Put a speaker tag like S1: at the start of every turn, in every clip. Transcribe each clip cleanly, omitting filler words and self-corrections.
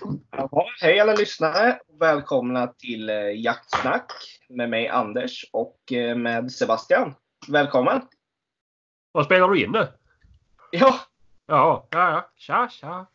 S1: Jaha, hej alla lyssnare och välkomna till Jaktsnack med mig Anders och med Sebastian. Välkommen!
S2: Vad spelar du in nu?
S1: Ja!
S2: Ja. Tja.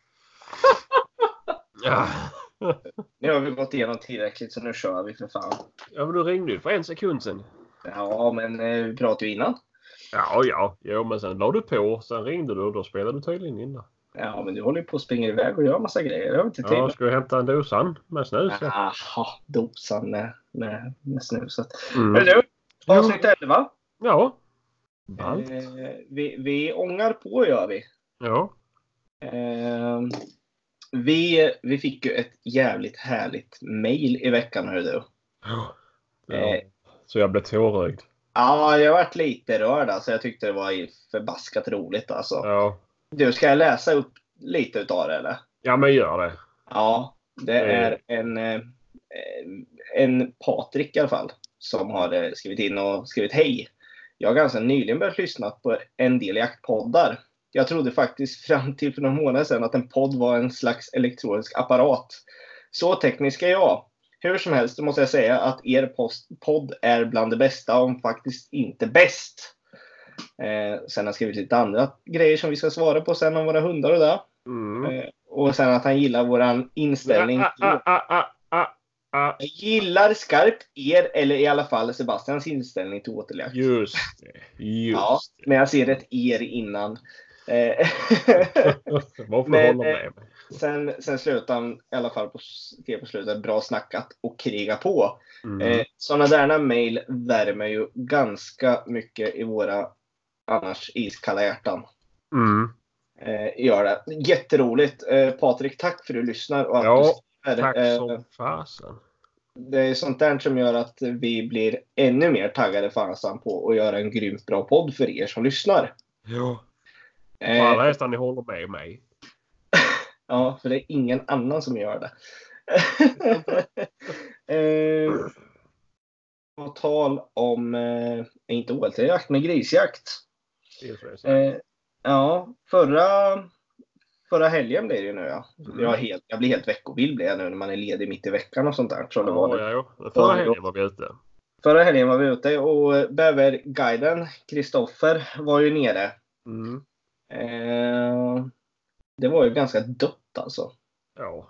S2: Ja.
S1: Nu har vi gått igenom tillräckligt så nu kör vi för fan.
S2: Ja, men du ringde ju för 1 sekund sedan.
S1: Ja, men vi pratade ju innan.
S2: Ja. Jo, men sen la du på. Sen ringde du och då spelade du tydligen in.
S1: Ja, men du håller ju på att springa iväg och gör massa grejer. Jag har inte tid.
S2: Ja, ska jag hämta en dosan med snus?
S1: Jaha, dosan med snuset.
S2: Mm.
S1: Men du, avsnitt 11.
S2: Ja.
S1: Vi ångar på gör vi.
S2: Ja.
S1: Vi fick ju ett jävligt härligt mail i veckan, hör du.
S2: Ja. Så jag blev tårögd.
S1: Ja, jag varit lite rörd alltså. Jag tyckte det var förbaskat roligt alltså.
S2: Ja.
S1: Du, ska jag läsa upp lite utav det eller?
S2: Ja, men gör det.
S1: Ja, det är en Patrik i alla fall som har skrivit in och skrivit hej. Jag har ganska nyligen börjat lyssna på en del jaktpoddar. Jag trodde faktiskt fram till för några månader sedan att en podd var en slags elektronisk apparat. Så teknisk är jag. Hur som helst måste jag säga att er podd är bland det bästa, om faktiskt inte bäst. Sen har jag skrivit lite andra grejer som vi ska svara på sen om våra hundar och det. Och sen att han gillar våran inställning. Jag gillar skarpt eller i alla fall Sebastians inställning till återjakt.
S2: Just det.
S1: Ja, men jag ser ett innan.
S2: Varför hålla med mig?
S1: Sen slutar han i alla fall på slutet bra snackat och kriga på. Sådana där mejl värmer ju ganska mycket i våra annars iskalla hjärtan. Gör det. Jätteroligt. Patrik, tack för att du lyssnar. Och att du
S2: tack som fasen.
S1: Det är sånt där som gör att vi blir ännu mer taggade fasen på att göra en grymt bra podd för er som lyssnar.
S2: Ja. Alla hästar ni håller med mig.
S1: Ja, för det är ingen annan som gör det. På tal om inte OLT-jakt, men grisjakt. Ja, förra helgen blev det ju nu. Ja. Jag blir helt veckovild nu när man är ledig mitt i veckan och sånt där. Så det var det.
S2: Förra helgen var vi ute.
S1: Förra helgen var vi ute och bäverguiden Kristoffer var ju nere. Det var ju ganska dött alltså.
S2: Ja.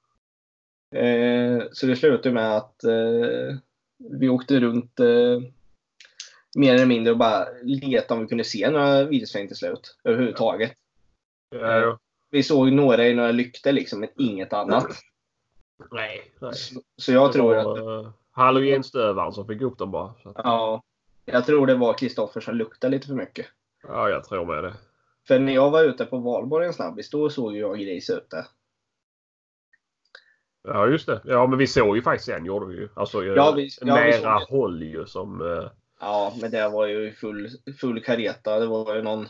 S1: Så det slutade med att vi åkte runt mer eller mindre och bara letade om vi kunde se några vildsvin till slut överhuvudtaget.
S2: Ja.
S1: Vi såg några i några lyktor liksom, men inget annat.
S2: Nej.
S1: Så jag tror att
S2: halogenstövaren som fick upp dem bara. Så.
S1: Ja, jag tror det var Kristoffer som luktade lite för mycket.
S2: Ja, jag tror med det.
S1: För när jag var ute på Valborg en snabbis, då såg jag gris ute.
S2: Ja, just det. Ja, men vi såg ju faktiskt en, gjorde vi ju. Alltså nära håll ju som...
S1: Ja, men det var ju full kareta. Det var ju någon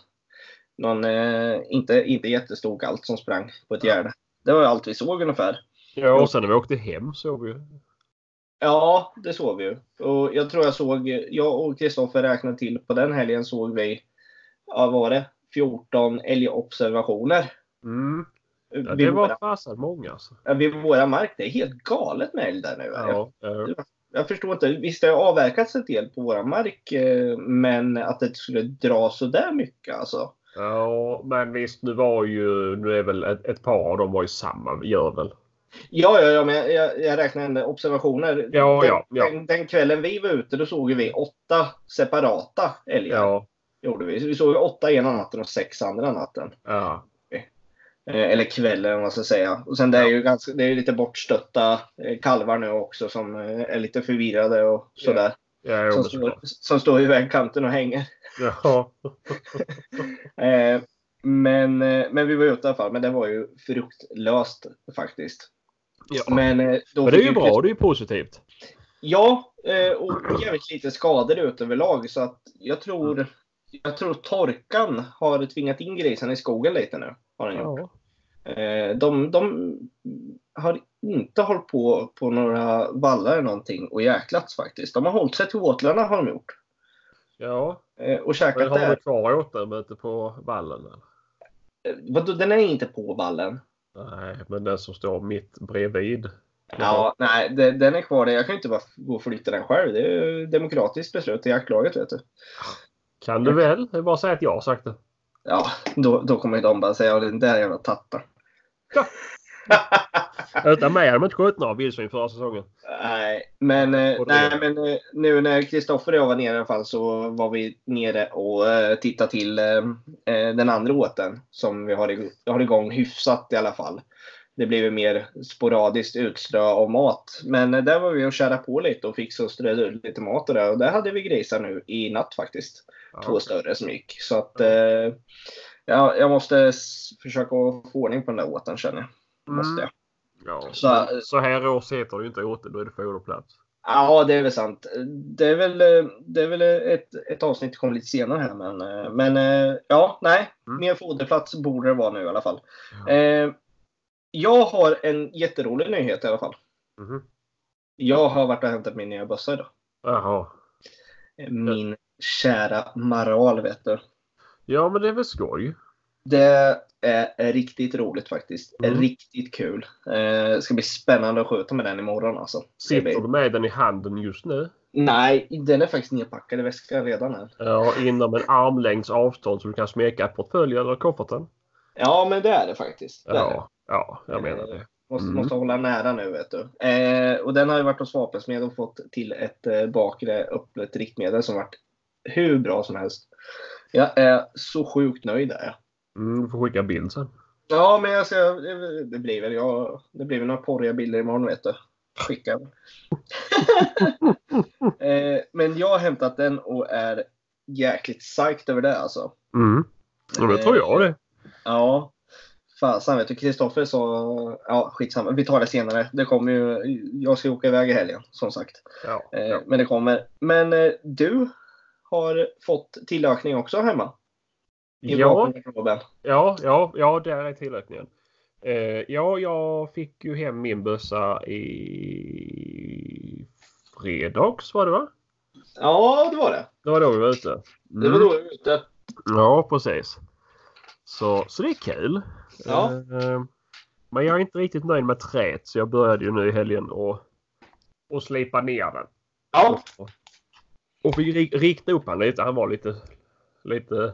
S1: inte jättestor galt som sprang på ett gärde. Det var ju allt vi såg ungefär.
S2: Ja, och sen när vi åkte hem såg vi.
S1: Ja, det såg vi ju. Och jag tror jag och Kristoffer räknade till på den helgen såg vi, var det 14 älgobservationer.
S2: Ja, det var fasen många alltså.
S1: Vid våra mark, det är helt galet med älg där nu.
S2: Ja.
S1: Jag förstår inte. Visst har jag avverkat en del på våra mark, men att det skulle dra så där mycket alltså.
S2: Ja, men visst, nu är väl ett par av dem var ju samma, gör väl?
S1: Ja, men jag räknar ändå observationer.
S2: Ja.
S1: Den kvällen vi var ute, då såg vi 8 separata älgar.
S2: Ja.
S1: Gjorde vi. Så vi såg 8 ena natten och 6 andra natten.
S2: Ja.
S1: Eller kvällen, vad ska jag säga. Och sen det är ju lite bortstötta kalvar nu också som är lite förvirrade och sådär.
S2: Ja,
S1: som står i vägkanten och hänger.
S2: Ja.
S1: Men vi var ute i alla fall. Men det var ju fruktlöst faktiskt.
S2: Ja.
S1: Men
S2: det är ju bra, det är ju positivt.
S1: Ja, och jävligt lite skador ut överlag. Så att jag tror torkan har tvingat in grisen i skogen lite nu. Har den gjort. De har inte hållit på några vallar eller någonting och jäklats faktiskt. De har hållit sig till åtlarna har de gjort.
S2: Ja.
S1: Och käkat
S2: har du kvar återmöte på vallen?
S1: Vadå, den är inte på vallen.
S2: Nej, men den som står mitt bredvid.
S1: Ja, nej, den är kvar där. Jag kan ju inte bara gå och flytta den själv. Det är ju demokratiskt beslut i jaktlaget, vet du.
S2: Kan du väl? Det är bara att säga att jag har sagt det.
S1: Ja, då kommer de bara säga att det där jävla tattar.
S2: Ja. Utan mig hade de inte skjutit några vildsvin förra säsongen.
S1: Nej, men nu när Kristoffer och jag var nere i alla fall så var vi nere och tittade till den andra åten som vi har igång hyfsat i alla fall. Det blev mer sporadiskt utströ av mat. Men där var vi och kärade på lite och fick så ströda ut lite mat och där. Och där hade vi grisar nu i natt faktiskt. Ja. 2 större som gick. Så att jag måste försöka få ordning på den där åten, känner jag. Måste jag.
S2: Ja, så här års heter det ju inte åter, då är det foderplats.
S1: Ja, det är väl sant. Det är väl ett avsnitt som kommer lite senare här. Men ja, nej. Mer foderplats borde det vara nu i alla fall. Ja. Jag har en jätterolig nyhet i alla fall. Jag har varit och hämtat min nya bössa idag.
S2: Jaha.
S1: Min kära Maral, vet du.
S2: Ja, men det är väl skoj.
S1: Det är riktigt roligt faktiskt. Riktigt kul. Det ska bli spännande att skjuta med den imorgon alltså.
S2: Sitter du med den i handen just nu?
S1: Nej, den är faktiskt nedpackad i väskan redan här.
S2: Ja, inom en armlängds avstånd så du kan smeka portföljen eller kofferten.
S1: Ja, men det är det faktiskt.
S2: Ja, jag menar det.
S1: Måste hålla nära nu, vet du. Och den har ju varit hos vapensmed och fått till ett bakre öppet riktmedel som varit hur bra som helst. Jag är så sjukt nöjd där.
S2: Du får skicka bild sen.
S1: Ja, men det blir väl några porriga bilder imorgon, vet du. Skicka. Men jag har hämtat den och är jäkligt psyched över det alltså.
S2: Ja, det tror jag det.
S1: Ja. Fasen, vet du, Kristoffer sa, ja skitsamma, vi tar det senare. Det kommer ju, jag ska åka iväg i helgen, som sagt. Ja. Men det kommer. Men du har fått tillökning också hemma?
S2: Ja, där är tillökningen. Jag fick ju hem min bössa i fredags, var det va?
S1: Ja, det var det.
S2: Det var då vi var ute.
S1: Det var då vi var ute.
S2: Ja, precis. Så det är kul.
S1: Ja.
S2: Men jag är inte riktigt nöjd med träet, så jag började ju nu i helgen och slipa ner den.
S1: Ja.
S2: Och vi rikta upp han lite. Han var lite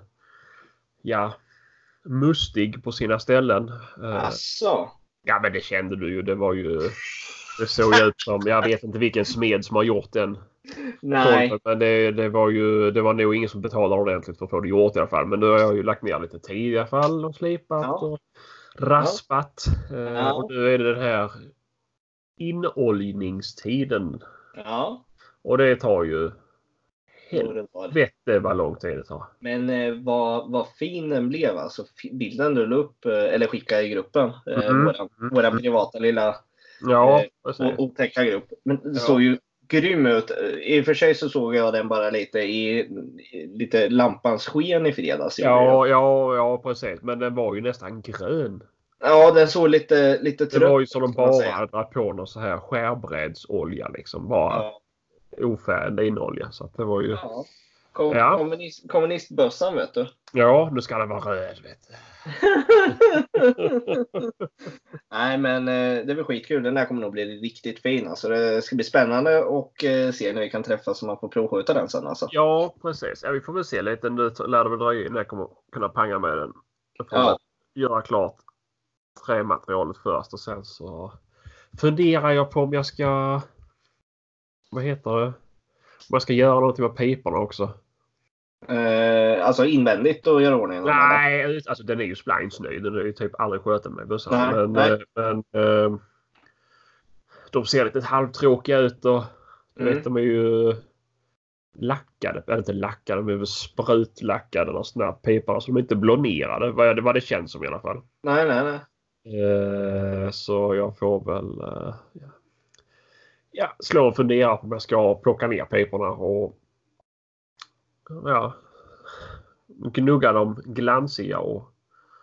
S2: mustig på sina ställen.
S1: Asså.
S2: Ja, men det kände du ju. Det såg ut som, jag vet inte vilken smed som har gjort den.
S1: Nej.
S2: Men det var nog ingen som betalade ordentligt för att få det gjort i alla fall. Men nu har jag ju lagt ner lite tid i alla fall och slipat och raspat. Och nu är det den här inoljningstiden.
S1: Ja.
S2: Och det tar ju helvete vad lång tid det tar.
S1: Men vad fin den blev alltså. Bilden du la upp eller skickade i gruppen. Våra privata lilla otäcka grupp. Men det såg ju grym ut. I och för sig så såg jag den bara lite i lite lampans sken i fredags.
S2: Ja, precis. Men den var ju nästan grön.
S1: Ja, den såg lite trött.
S2: Det var ju som de bara hade dragit på någon så här skärbrädsolja liksom. Bara ofärdig inolja. Så att det var ju...
S1: Ja. Kommunistbössan, vet du.
S2: Ja, nu ska den vara röd, vet du.
S1: Nej, men det blir skitkul. Den där kommer nog bli riktigt fin. Alltså, det ska bli spännande och se när vi kan träffas så man får provskjuta den sen. Alltså.
S2: Ja, precis. Ja, vi får väl se lite. Nu lär det väl dröja när jag kommer kunna panga med den. Jag får göra klart trämaterialet först och sen så funderar jag på om jag ska... Vad heter det? Om jag ska göra något med piporna också.
S1: Alltså invändigt och göra ordning?
S2: Nej, alltså den är ju splinesny. Den är ju typ aldrig sköten med bussarna. Men de ser lite halvtråkiga ut och vet, de är ju lackade. Eller inte lackade, de är väl sprutlackade och sådana piporna så de är inte blånerade. Vad det känns som i alla fall.
S1: Nej.
S2: Så jag får väl slå och fundera på om jag ska plocka ner piporna och gnugga dem glansiga och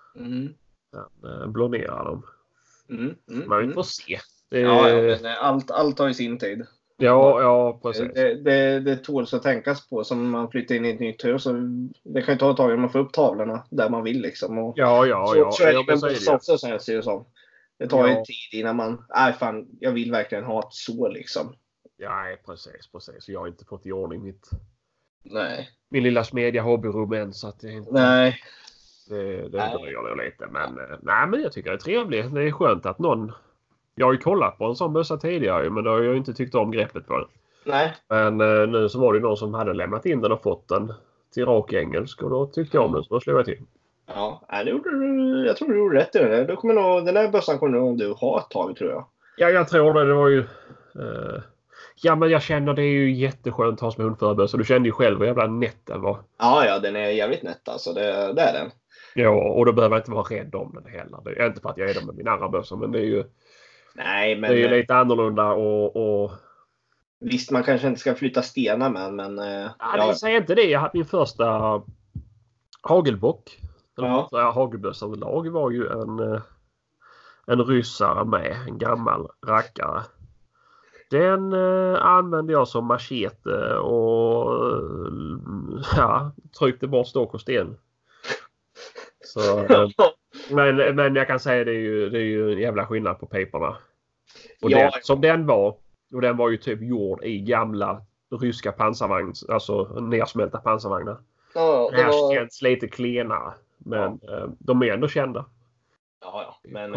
S2: blånera dem. Men vi får se.
S1: Allt har ju sin tid.
S2: Ja, precis.
S1: Det tåls att tänkas på som man flyttar in i ett nytt hus. Det kan ju ta ett tag när man får upp tavlorna där man vill liksom. Och
S2: ja.
S1: Så är det också, sen ser det som. Det tar ju tid innan man, fan, jag vill verkligen ha ett så liksom.
S2: Ja, precis. Jag har inte fått i ordning min lilla smedja hobbyrum än, så att det inte...
S1: Nej.
S2: Det dröjer nog lite. Men jag tycker det är trevligt. Det är skönt att någon... Jag har ju kollat på en sån bössa tidigare, men då har jag inte tyckt om greppet på den.
S1: Nej.
S2: Men nu så var det någon som hade lämnat in den och fått den till rak engelsk, och då tyckte jag om den, så då slog jag till.
S1: Ja, jag tror du gjorde rätt i det. Då kommer nog, den här bössan kommer nog du ha ett tag, tror jag.
S2: Ja, jag tror det. Det var ju... Ja, men jag känner det är ju jätteskönt att ha som hundförarbössa. Du kände ju själv hur jävla nätt den var.
S1: Ja, den är jävligt nätt alltså. Det är den.
S2: Ja, och då behöver jag inte vara rädd om den heller. Det är inte för att jag är det med min andra bössa, men det är ju...
S1: Nej, men...
S2: Det är ju lite annorlunda och...
S1: Visst, man kanske inte ska flytta stenar men...
S2: Ja, det säger inte det. Jag hade min första hagelbock.
S1: Ja.
S2: Hagelbössa överlag var ju en ryssare med. En gammal rackare. Den använde jag som machete och tryckte bort stock och sten. Så, men jag kan säga det är ju en jävla skillnad på piporna. Och som den var, och den var ju typ gjord i gamla ryska pansarvagnar, alltså nersmälta pansarvagnar.
S1: Ja,
S2: det här känns lite klenare, men de är ändå kända.
S1: Ja. Men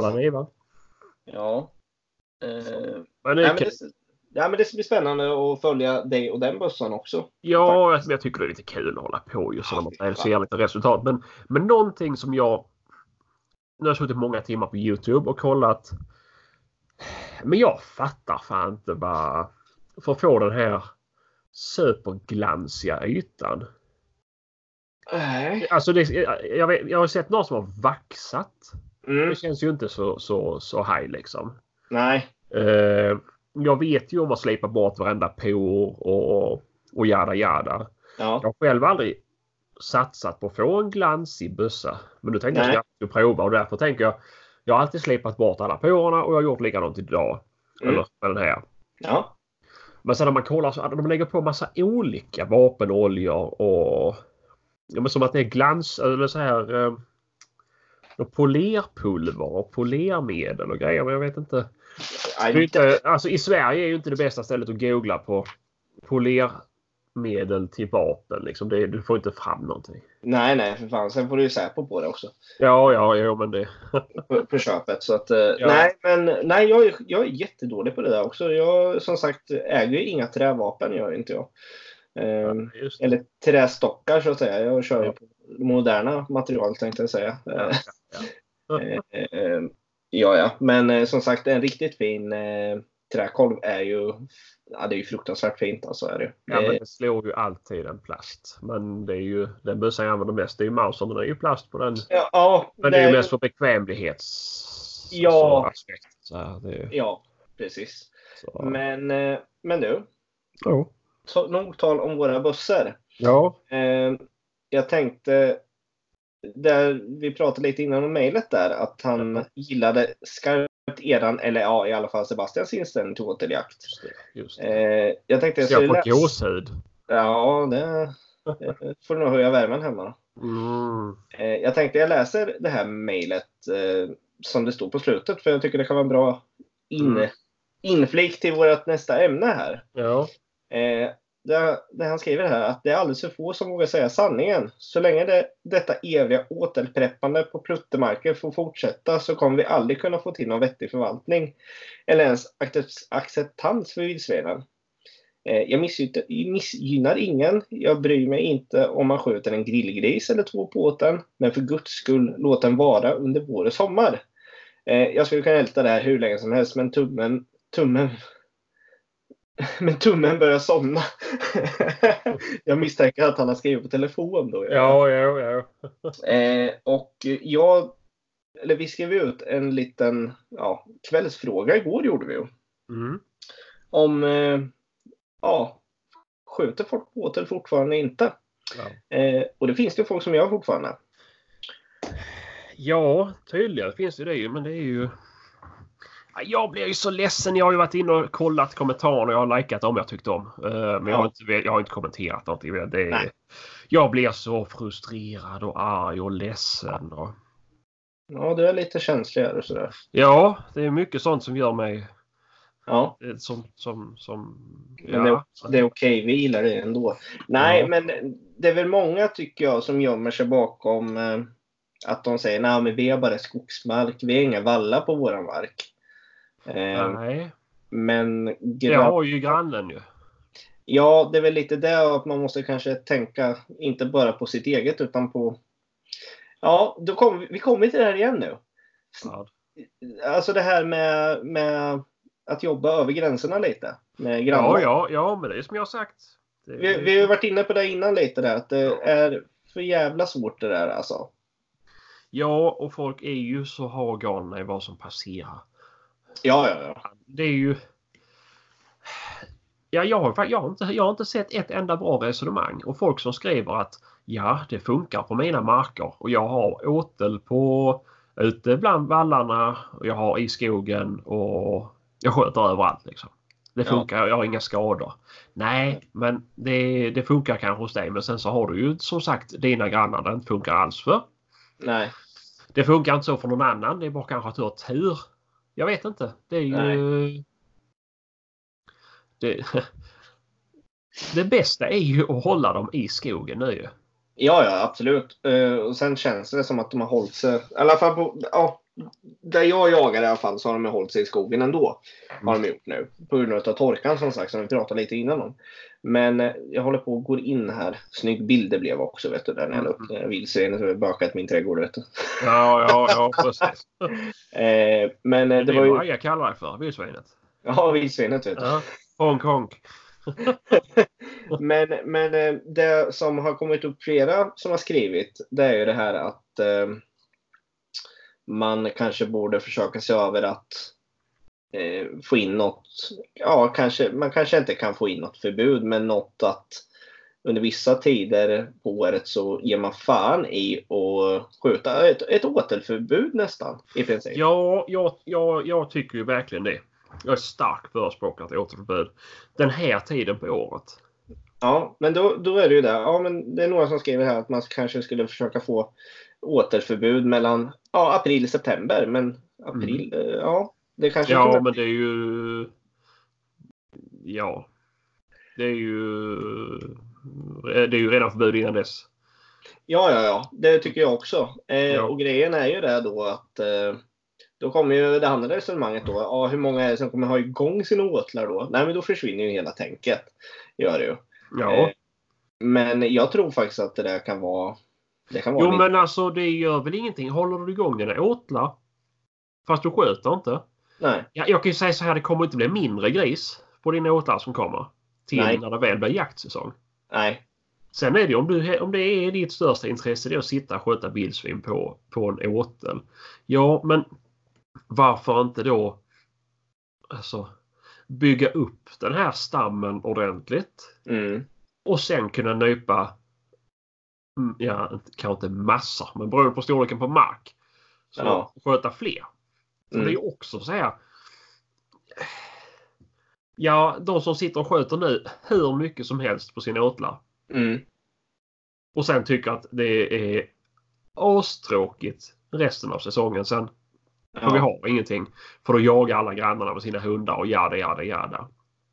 S2: Ja.
S1: Men det ska bli spännande att följa dig och den bössan också.
S2: Ja, men jag tycker det är lite kul att hålla på just när man ser lite resultat. Men någonting som jag... Nu har jag suttit många timmar på YouTube och kollat. Men jag fattar fan inte bara... För att få den här superglansiga ytan.
S1: Nej.
S2: Alltså jag har sett någon som har vaxat. Det känns ju inte så high liksom.
S1: Nej.
S2: Jag vet ju om att slipa bort varenda por och jada. Ja. Jag har själv aldrig satsat på att få en glansig bössa. Men nu tänkte jag att jag skulle prova, och därför tänker jag har alltid slipat bort alla porerna, och jag har gjort likadant idag. Eller med den här.
S1: Ja.
S2: Men sen när man kollar så de lägger på massa olika vapenoljor och men som att det är glans eller så här polerpulver och polermedel och grejer, men jag vet inte. Alltså i Sverige är ju inte det bästa stället att googla på polermedel till vapen liksom. Du får inte fram någonting.
S1: Nej, för fan. Sen får du ju Säpo på det också.
S2: Ja, men det...
S1: på köpet. Så att, nej, jag är jättedålig på det där också. Jag, som sagt, äger ju inga trävapen, gör inte jag. Eller trästockar, så att säga. Jag kör ju på moderna material, tänkte jag säga. Ja. Men som sagt, en riktigt fin träkolv är ju... Ja, det är ju fruktansvärt fint, alltså är det.
S2: Ja, men det slår ju alltid en plast. Men det är ju... Den bössan jag använder mest, det är ju Mauser, men det är ju plast på den.
S1: Ja,
S2: men det är ju mest för bekvämlighets... aspekt. Så det...
S1: Ja, precis.
S2: Så.
S1: Men du... Nog tal om våra bussar.
S2: Ja.
S1: Jag tänkte... Där vi pratade lite innan om mejlet där, att han gillade skarpt eran, eller i alla fall Sebastians inställning till åteljakt.
S2: Just det.
S1: Jag tänkte
S2: jag får gåshud.
S1: Ja, det får nog höja värmen hemma. Jag tänkte jag läser det här mejlet som det står på slutet, för jag tycker det kan vara en bra inflik till vårt nästa ämne här.
S2: Ja.
S1: Det han skriver här, att det är alldeles för få som vågar säga sanningen. Så länge detta eviga återpreppande på pluttemarker får fortsätta, så kommer vi aldrig kunna få till någon vettig förvaltning eller ens acceptans för vildsvinen. Jag missgynnar ingen. Jag bryr mig inte om man skjuter en grillgris eller 2 på åten, men för Guds skull, låt den vara under vår och sommar. Jag skulle kunna älta det här hur länge som helst, men tummen börjar somna. Jag misstänker att han har skrivit på telefon då.
S2: Ja.
S1: Och vi skrev ut en liten kvällsfråga igår, gjorde vi ju. Om skjuter folk på åt fortfarande inte? Ja. Och det finns det folk som gör fortfarande.
S2: Ja, tydligen finns det ju, men det är ju... Jag blir ju så ledsen. Jag har ju varit inne och kollat kommentarerna och jag har likat dem jag tyckte om. Men jag har inte kommenterat något. Jag blir så frustrerad och arg och ledsen.
S1: Ja, du är lite känsligare sådär.
S2: Ja, det är mycket sånt som gör mig
S1: Ja. Men det är okej, vi gillar det ändå. Nej, men det är väl många tycker jag som gömmer sig bakom att de säger nej, men vi är bara skogsmark, vi har inga vallar på våran mark.
S2: Nej.
S1: Men
S2: Det har ju grannen ju.
S1: Ja, det är väl lite det att man måste kanske tänka inte bara på sitt eget utan på... Ja, vi kommer till det här igen nu.
S2: Ja.
S1: Alltså det här med att jobba över gränserna lite. Med grannar.
S2: Ja, men det är som jag har sagt.
S1: Vi har varit inne på det innan lite där. Att det är för jävla svårt det där alltså.
S2: Ja, och folk är ju så galna i vad som passerar.
S1: Ja.
S2: Det är ju... Ja, jag har inte sett ett enda bra resonemang. Och folk som skriver att ja, det funkar på mina marker. Och jag har åtel ute bland vallarna. Och jag har i skogen. Och jag sköter överallt liksom. Det funkar, jag har inga skador. Nej, men det funkar kanske hos dig. Men sen så har du ju som sagt dina grannar det inte funkar alls för.
S1: Nej.
S2: Det funkar inte så för någon annan. Det är bara kanske att du har tur. Jag vet inte. Det är ju... Det bästa är ju att hålla dem i skogen nu ju.
S1: Ja, absolut. Och sen känns det som att de har hållit sig... I alla fall på... Ja, där jag jagar i alla fall så har de hållit sig i skogen ändå. Har de gjort nu. På grund av torkan som sagt som vi pratade lite innan om. Men jag håller på att gå in här. Snygg bild det blev också vet du. Där när jag la upp vildsvinen som vi bakat min trädgård vet du.
S2: Ja, precis.
S1: Men det var ju...
S2: Vad jag kallar det för? Vildsvinet?
S1: Ja, vildsvinet vet du.
S2: Ja. Honk.
S1: men det som har kommit upp flera som har skrivit det är ju det här att man kanske borde försöka se över att få in något, man kanske inte kan få in något förbud men något att under vissa tider på året så ger man fan i att skjuta ett åtelförbud nästan i princip.
S2: Ja, jag tycker ju verkligen det. Jag är stark förespråkare till återförbud den här tiden på året.
S1: Ja, men då är det ju det. Ja, men det är några som skriver här att man kanske skulle försöka få återförbud mellan april och september. Men april, det kanske...
S2: Ja, men det är ju... Ja. Det är ju redan förbud innan dess.
S1: Ja. Det tycker jag också. Och grejen är ju det då att... Då kommer ju det andra resonemanget då. Ja, hur många är det som kommer ha igång sina åtlar då? Nej, men då försvinner ju hela tänket. Gör det ju.
S2: Ja.
S1: Men jag tror faktiskt att det där kan vara...
S2: Jo, men alltså det gör väl ingenting. Håller du igång dina åtlar? Fast du sköter inte.
S1: Nej.
S2: Jag kan ju säga så här, det kommer inte bli mindre gris på dina åtlar som kommer. Till när det väl blir jaktsäsong.
S1: Nej.
S2: Sen är det om det är ditt största intresse det är att sitta och sköta vildsvin på en åtel. Ja, men varför inte då alltså bygga upp den här stammen ordentligt och sen kunna nypa kanske inte massor men beroende på storleken på mark så sköta fler. För det är också så här de som sitter och sköter nu hur mycket som helst på sina åtlar och sen tycker att det är astråkigt resten av säsongen sen. För vi har ingenting. För då jagar alla grannarna med sina hundar och jada. Ja.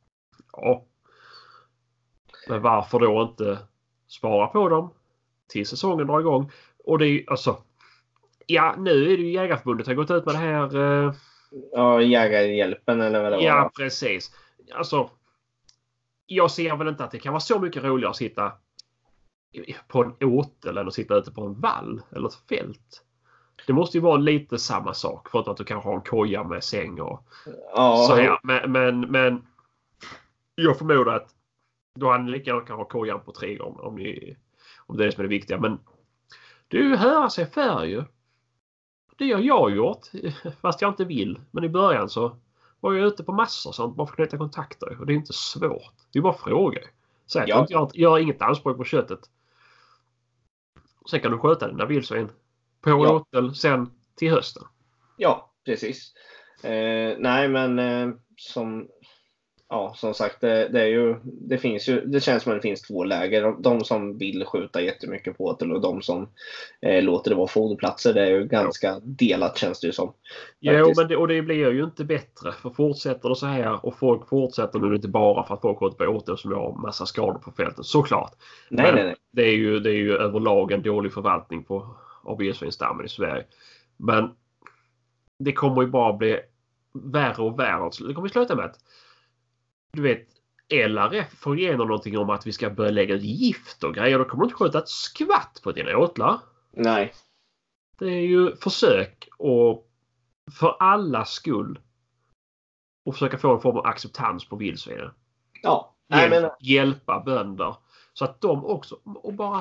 S2: Men varför då inte spara på dem till säsongen drar igång? Och det är ju alltså... Ja, nu är det ju Jägarförbundet har gått ut med det här...
S1: Jägarhjälpen eller vad det var.
S2: Ja, precis. Alltså... Jag ser väl inte att det kan vara så mycket roligare att sitta på en åtel än att sitta ute på en vall eller ett fält. Det måste ju vara lite samma sak för att du kanske har en koja med säng och så här. Men jag förmodar att då hade ni lika gärna kan ha kojan på 3 gånger om det är det som är det viktiga. Men det är ju höra sig för ju. Det har jag gjort fast jag inte vill. Men i början så var jag ute på massor sånt bara för att knyta kontakter. Och det är inte svårt. Det är bara frågor. Så jag gör inget anspråk på köttet. Sen kan du sköta dina vildsvin på åtel sen till hösten.
S1: Ja, precis. Nej, men Ja, som sagt, det finns ju, det känns som att det finns två läger. De som vill skjuta jättemycket på åtel och de som låter det vara foderplatser. Det är ju ganska delat, känns det ju som.
S2: Jo, men det blir ju inte bättre. För fortsätter det så här och folk fortsätter nu inte bara för att folk går ut på åtel som har massa skador på fältet. Såklart.
S1: Nej.
S2: Det är ju överlag en dålig förvaltning av vildsvinsstammen i Sverige. Men det kommer ju bara bli värre och värre. Det kommer sluta med att du vet, LRF får igenom någonting om att vi ska börja lägga gift och grejer. Då kommer du inte skjuta ett skvatt på dina åtlar.
S1: Nej.
S2: Det är ju försök och för alla skull och försöka få en form av acceptans på vildsvinen.
S1: Ja.
S2: Hjälpa bönder så att de också och bara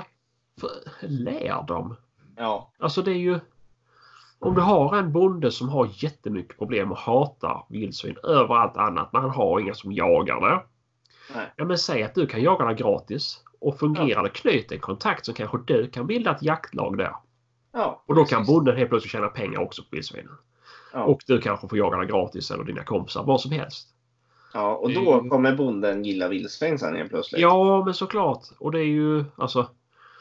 S2: lär dem.
S1: Ja.
S2: Alltså det är ju om du har en bonde som har jättemycket problem och hatar vildsvin över allt annat, men han har inga som jagar det.
S1: Nej.
S2: Ja, men säg att du kan jaga det gratis och fungerar det, knyt en kontakt så kanske du kan bilda ett jaktlag där.
S1: Ja,
S2: och då kan bonden helt plötsligt tjäna pengar också på vildsvinen.
S1: Ja.
S2: Och du kanske får jaga det gratis eller dina kompisar, vad som helst.
S1: Ja, och då kommer bonden gilla vildsvin sen helt plötsligt.
S2: Ja, men såklart. Och det är ju, alltså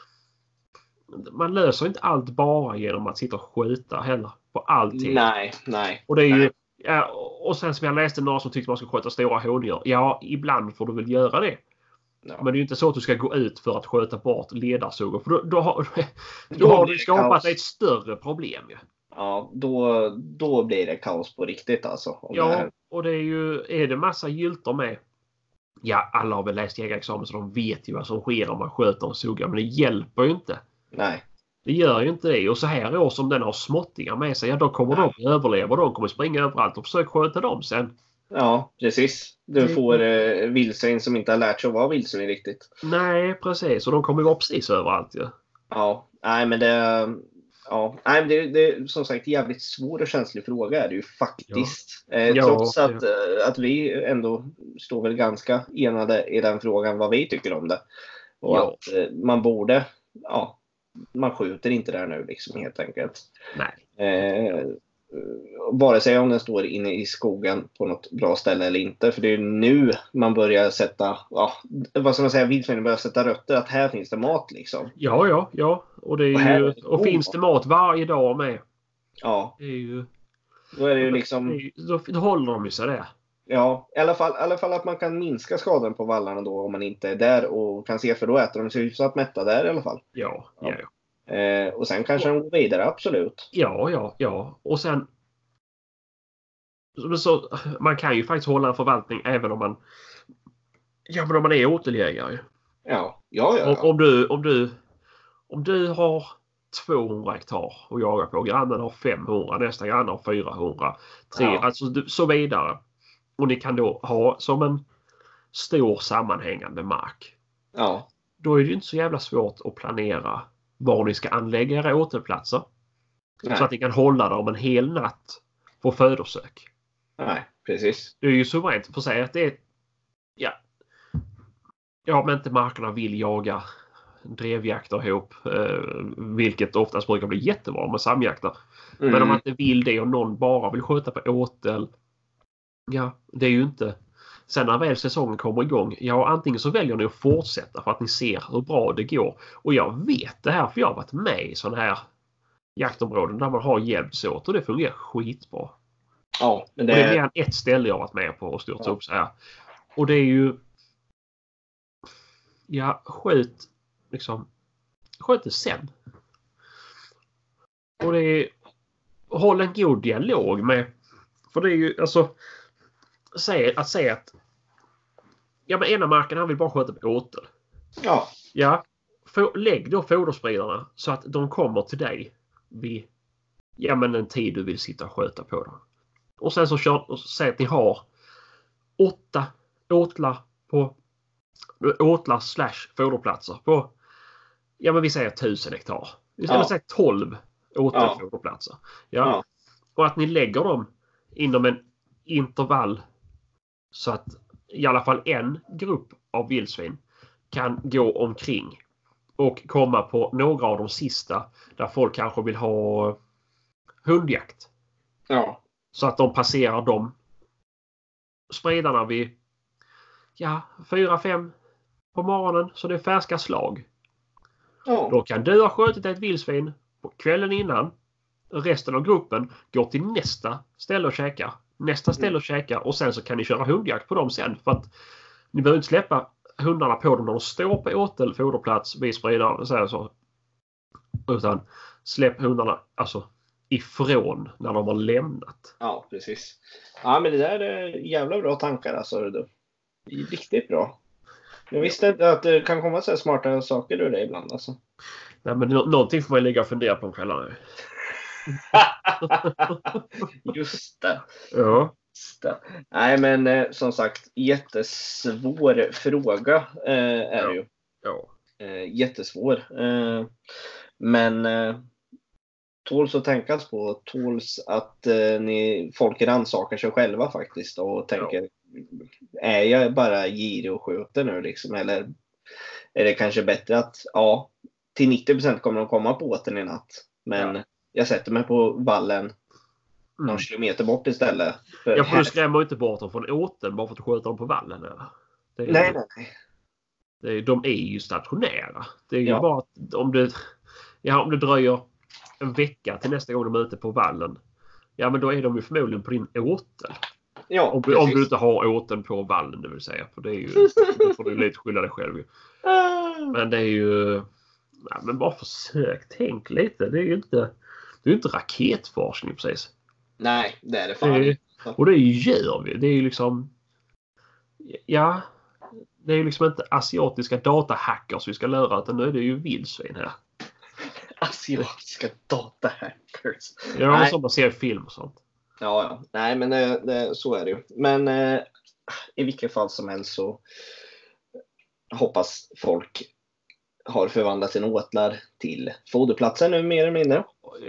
S2: man löser inte allt bara genom att sitta och skjuta heller på allting.
S1: Nej.
S2: Och det är ju, ja, och sen som jag läste några som tyckte man ska sköta stora hondjur. Ja, ibland får du väl göra det. Ja. Men det är ju inte så att du ska gå ut för att sköta bort ledarsugor. För då har du skapat ett större problem ju.
S1: Ja, då blir det kaos på riktigt alltså.
S2: Ja, och det är ju, är det massa gyltor med. Ja, alla har väl läst jägarexamen så de vet ju vad som sker om man sköter en sugga. Men det hjälper ju inte.
S1: Nej.
S2: Det gör ju inte det. Och så här år som den har småttingar med sig, ja då kommer de överleva. De kommer springa överallt och försöka sköta dem sen.
S1: Ja, precis. Du får vildsvin som inte har lärt sig att vara vildsvin riktigt.
S2: Nej, precis. Och de kommer ju vara precis överallt ju.
S1: Ja, nej men det... Ja, nej, men det är som sagt jävligt svår och känslig fråga är det ju faktiskt. Trots att vi ändå står väl ganska enade i den frågan vad vi tycker om det. Och att man borde... Ja, man skjuter inte där nu liksom helt enkelt.
S2: Nej.
S1: Vare sig om den står inne i skogen på något bra ställe eller inte. För det är nu man börjar sätta, vad ska man säga, vildsvinen börjar sätta rötter att här finns det mat liksom. Ja.
S2: Och det är ju, och finns det mat varje dag med.
S1: Ja.
S2: Det är ju,
S1: då är det ju liksom.
S2: Då håller de ju sig där.
S1: Ja, i alla fall att man kan minska skadan på vallarna då om man inte är där och kan se, för då äter de sig hyfsat mätta där i alla fall.
S2: Ja.
S1: Och sen kanske de går vidare, absolut.
S2: Ja. Och sen så man kan ju faktiskt hålla en förvaltning även om man är åteljägare.
S1: Ja.
S2: Om du har 200 hektar och jagar på, grannen har 500, nästa grann har 400, alltså så vidare. Och ni kan då ha som en stor sammanhängande mark.
S1: Ja.
S2: Då är det ju inte så jävla svårt att planera var ni ska anlägga era återplatser. Så att ni kan hålla dem en hel natt på födosök.
S1: Nej, precis.
S2: Det är ju suveränt för sig att det är... Ja, men inte markerna vill jaga drevjakter ihop. Vilket oftast brukar bli jättebra med samjakter. Men om man inte vill det och någon bara vill sköta på åtel. Ja, det är ju inte... Sen när väl säsongen kommer igång, antingen så väljer ni att fortsätta för att ni ser hur bra det går. Och jag vet det här för jag har varit med i sådana här jaktområden där man har hjälpts åt och det fungerar skitbra.
S1: Ja, men
S2: det är mer än ett ställe jag har varit med på och styrt upp så här. Och det är ju... Ja, sköt det sen. Och det är... Håll en god dialog med... För det är ju, alltså... Att säga att men ena marken han vill bara sköta på åtel. Ja. Lägg då foderspridarna så att de kommer till dig vid en tid du vill sitta och sköta på dem. Och sen så säg att ni har 8 åtlar på åtlar/foderplatser på vi säger 1000 hektar. Istället säger 12 återfoderplatser. Ja. Och att ni lägger dem inom en intervall så att i alla fall en grupp av vildsvin kan gå omkring och komma på några av de sista där folk kanske vill ha hundjakt.
S1: Ja.
S2: Så att de passerar de spridarna vid 4-5 på morgonen så det är färska slag.
S1: Ja.
S2: Då kan du ha skjutit ett vildsvin på kvällen innan. Resten av gruppen går till nästa ställe och käkar. Nästa ställe och käkar och sen så kan ni köra hundjakt på dem sen. För att ni behöver inte släppa hundarna på dem när de står på åtel, foderplats, bispridare och så. Utan släpp hundarna alltså ifrån när de har lämnat.
S1: Ja, precis. Ja, men det där är jävla bra tankar alltså. Det är riktigt bra. Jag visste inte att det kan komma så här smarta saker ur det ibland alltså.
S2: Nej, men någonting får man ligga och fundera på om kvällarna.
S1: Just det.
S2: Ja.
S1: Just det. Nej, men som sagt, jättesvår fråga är det ju.
S2: Ja.
S1: Jättesvår. Men tåls att tänkas på. Tåls att folk rannsakar sig själva faktiskt och tänker, är jag bara girig och skjuter nu liksom? Eller är det kanske bättre att till 90% kommer de komma på båten i natt. Men jag sätter mig på vallen någon kilometer bort istället.
S2: För du skrämmer inte bort dem från åten bara för att du skjuter dem på vallen. Eller?
S1: Nej.
S2: De är ju stationära. Det är ju bara att om det dröjer en vecka till nästa gång de är ute på vallen. Ja, men då är de ju förmodligen på din åtel.
S1: Ja,
S2: om du inte har åten på vallen, det vill säga. För det är ju, då får du lite skylla dig själv. Men det är ju... Ja, men bara försök. Tänk lite. Det är ju inte raketforskning precis.
S1: Nej, det är det fan.
S2: Och det gör vi. Det är ju liksom... Ja... Det är ju liksom inte asiatiska datahackers vi ska lära, utan nu är det ju vildsvin här.
S1: Asiatiska datahackers.
S2: Ja, som man ser film och sånt.
S1: Ja. Nej, men så är det ju. Men i vilket fall som helst så hoppas folk har förvandlat sina åtlar till foderplatser nu mer eller mindre.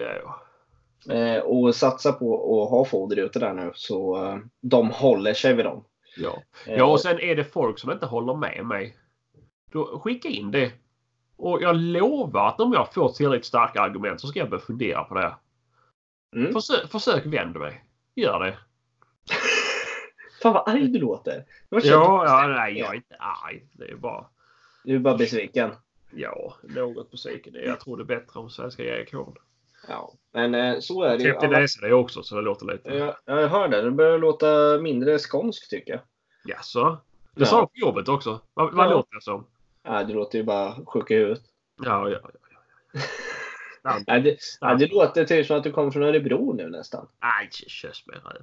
S2: Ja.
S1: Och satsa på att ha foder ute där nu så de håller sig vid dem.
S2: Ja, och sen är det folk som inte håller med mig. Då skicka in det. Och jag lovar att om jag får tillräckligt starka argument så ska jag börja fundera på det. Försök vända mig. Gör det.
S1: Fan vad arg du låter.
S2: Nej, jag är inte arg. Det är bara...
S1: Du är bara besviken.
S2: Ja, något besviken. Jag tror det är bättre om svenska jägarkåren.
S1: Ja, men så är det ju.
S2: Jag läser det också så det låter lite.
S1: Jag hör det. Det börjar låta mindre skånsk tycker jag.
S2: Jaså? Det sa på jobbet också. Vad låter det som?
S1: Ja, det låter ju bara sjuk i huvudet.
S2: Ja.
S1: Det låter typ som att du kommer från Örebro nu nästan.
S2: Nej, körs med röv.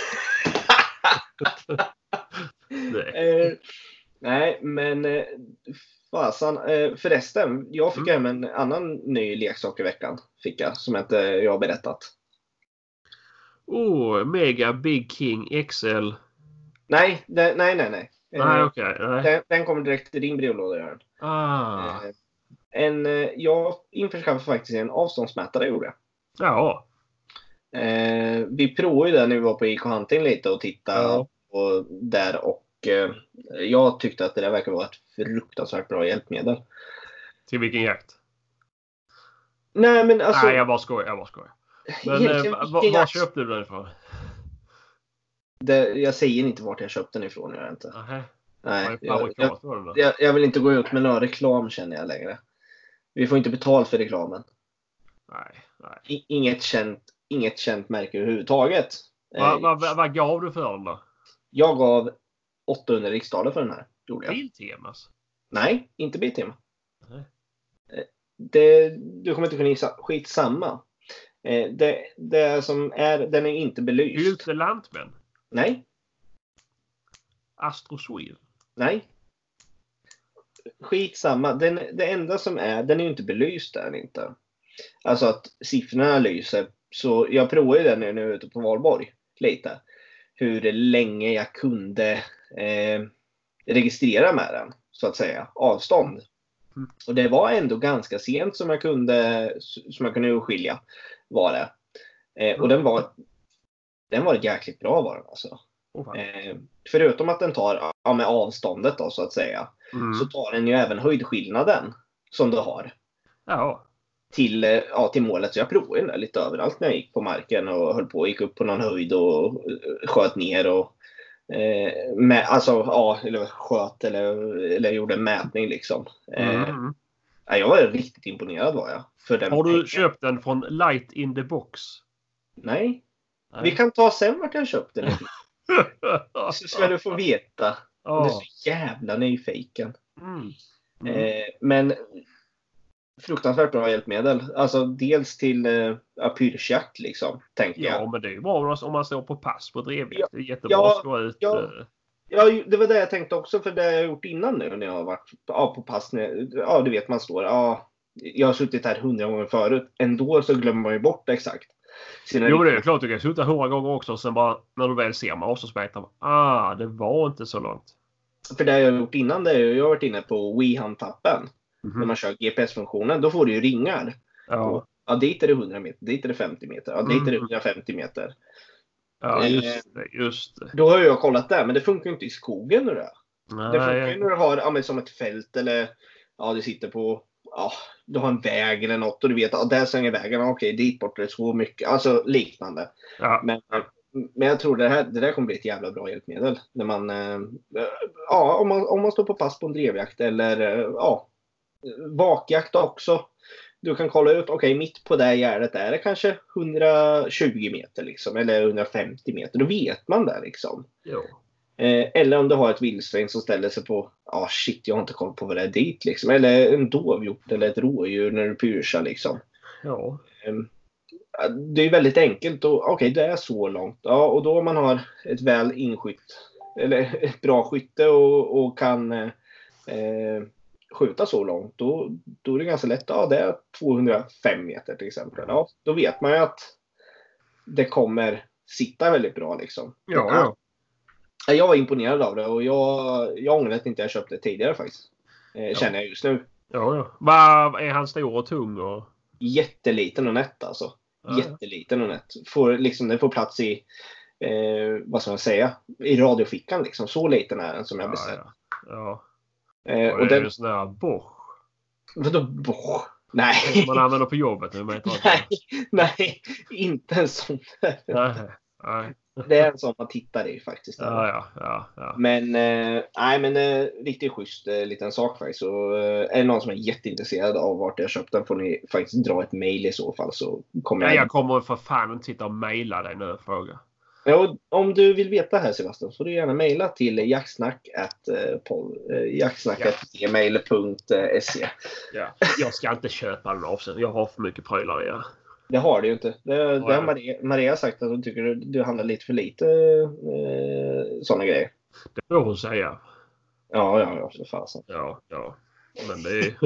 S1: Nej, men fasan. Förresten, jag fick hem en annan ny leksak i veckan. Som inte jag har berättat.
S2: Mega Big King XL.
S1: Nej.
S2: Nej, okej.
S1: Den kommer direkt till din brevlåda, Göran. Jag införskaffade faktiskt en avståndsmätare, gjorde jag.
S2: Ja.
S1: Vi provade ju det när vi var på IK Hunting lite och tittade på där och jag tyckte att det där verkar vara ett fruktansvärt bra hjälpmedel.
S2: Till vilken jakt?
S1: Nej, men alltså...
S2: Nej, jag bara skojar. Men var köpte du den ifrån?
S1: Jag säger inte vart jag köpte den ifrån, jag inte. Nej, jag vill inte gå ut med någon reklam känner jag längre. Vi får inte betalt för reklamen.
S2: Nej.
S1: Inget känt märke överhuvudtaget.
S2: Vad gav du för den då?
S1: Jag gav 800 riksdaler för den här.
S2: Biltemas?
S1: Nej, inte Biltema.
S2: Nej.
S1: Du kommer inte kunna gissa. Skitsamma. Det som är, den är inte belyst.
S2: Hylte Lantmän?
S1: Nej.
S2: Astro Sweden?
S1: Nej. Skitsamma. Det enda som är, den är ju inte belyst där inte. Alltså att siffrorna lyser. Så jag provade ju den nu ute på Valborg lite. Hur länge jag kunde registrera med den, så att säga. Avstånd. Och det var ändå ganska sent som jag kunde urskilja var det. Och den var jäkligt bra var den alltså. Förutom att den tar med avståndet då, så att säga. Så tar den ju även höjdskillnaden som du har.
S2: Ja.
S1: Till målet. Så jag provade den lite överallt när jag gick på marken och höll på. Gick upp på någon höjd och sköt ner och Eller sköt eller gjorde en mätning liksom. Jag var riktigt imponerad var jag. För den
S2: Har du
S1: pengen.
S2: köpt den från Light in the Box?
S1: Nej. Vi kan ta sen vart jag köpte den. Så ska du få veta. Du är så jävla nyfiken. Men fruktansvärt bra hjälpmedel. Alltså dels till pyrschjakt liksom, tänker jag.
S2: Ja, men det är ju bra om man står på pass på drevjakt. Det är jättebra att gå ut.
S1: Ja, det var det jag tänkte också, för det jag har gjort innan nu när jag har varit på pass. Ja, du vet man står. Ja, jag har suttit här 100 gånger förut. Ändå så glömmer man ju bort det exakt.
S2: Jo, det är klart. Du kan sitta 100 gånger också. Och sen bara när du väl ser man också så vet man, det var inte så långt.
S1: För det jag har gjort innan det är jag har varit inne på WeHunt-appen. När man kör GPS-funktionen, då får du ju ringar.
S2: Ja.
S1: Och, dit är det 100 meter, dit är det 50 meter, dit är det 150 meter.
S2: Ja, just det.
S1: Då har jag kollat det, men det funkar inte i skogen nu det.
S2: Nej,
S1: Det funkar ju när du har som ett fält eller du sitter på, du har en väg eller något och du vet, där svänger vägen, okej, dit bort är det så mycket, alltså liknande.
S2: Ja.
S1: Men jag tror det där kommer bli ett jävla bra hjälpmedel. När man, om man står på pass på en drevjakt eller vakjakt också. Du kan kolla ut, okej, mitt på det gärdet är det kanske 120 meter liksom, eller 150 meter. Då vet man det liksom.
S2: Jo.
S1: Eller om du har ett vildsvin som ställer sig på, jag har inte koll på vad det är dit liksom. Eller en dovhjort eller ett rådjur när du pyrschar liksom.
S2: Ja.
S1: Det är väldigt enkelt och det är så långt. Ja, och då om man har ett väl inskytt eller ett bra skytte och kan skjuta så långt, då är det ganska lätt. Det är 205 meter till exempel. Ja, då vet man ju att det kommer sitta väldigt bra liksom.
S2: Ja.
S1: Jag var imponerad av det och jag ångrar att inte jag köpte det tidigare faktiskt. Känner jag just nu.
S2: Ja. Vad är han stor och tung? Och...
S1: Jätteliten och nätt alltså. Jätteliten och nätt. Den får plats i vad ska man säga, i radiofickan liksom. Så liten är den som jag beställt.
S2: Ja.
S1: Och
S2: det är en sån där Bosch.
S1: Vadå Bosch? Nej.
S2: Man använder på jobbet.
S1: Nej, inte en sån där.
S2: Nej.
S1: Det är en sån man tittar i faktiskt.
S2: Ja.
S1: Men riktigt schysst liten sak faktiskt. Så är det någon som är jätteintresserad av vart jag köpt den får ni faktiskt dra ett mejl i så fall. Så kommer
S2: jag kommer för fan inte sitta och mejla dig nu och fråga.
S1: Ja, om du vill veta här Sebastian så får du gärna mejla till jaktsnack@gmail.se.
S2: Ja, jag ska inte köpa den av sig. Jag har för mycket prylar i.
S1: Det har du ju inte. Det har Maria sagt att hon tycker du handlar lite för lite sådana grejer.
S2: Det får hon säga.
S1: Ja, för fasen.
S2: Ja. Men det är...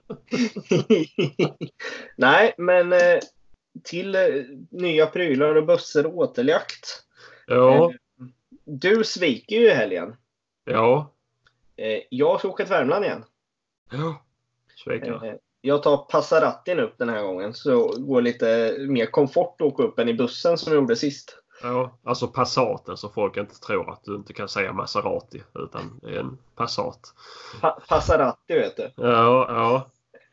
S1: Nej, men till nya prylar och bössor och åteljakt.
S2: Ja.
S1: Du sviker ju i helgen.
S2: Ja.
S1: Jag ska åka till Värmland igen.
S2: Ja. Sviker.
S1: Jag tar Passarattin upp den här gången. Så går lite mer komfort att åka upp än i bussen som vi gjorde sist.
S2: Ja, alltså Passaten så folk inte tror att du inte kan säga Maserati utan det är en Passat.
S1: Passaratti vet du.
S2: Ja.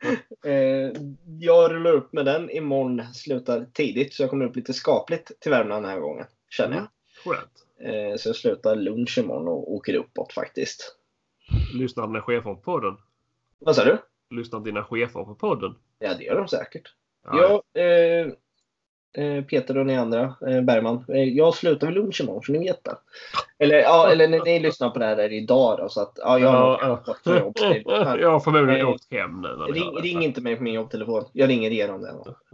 S1: Jag rullar upp med den imorgon, slutar tidigt så jag kommer upp lite skapligt till Värmland den här gången, känner jag.
S2: Skönt.
S1: Så jag slutar lunch imorgon och åker uppåt faktiskt.
S2: Lyssnar dina chefer på podden?
S1: Vad sa du?
S2: Lyssnar dina chefer på podden?
S1: Ja, det gör de säkert. Ja. Peter och ni andra, Bergman. Jag slutar vid lunch imorgon så ni vet det. Eller när ni lyssnar på det här idag då, så att jag har gått på jobb.
S2: Jag har förmodligen åkt hem nu.
S1: Ring inte mig på min jobbtelefon. Jag ringer er om det.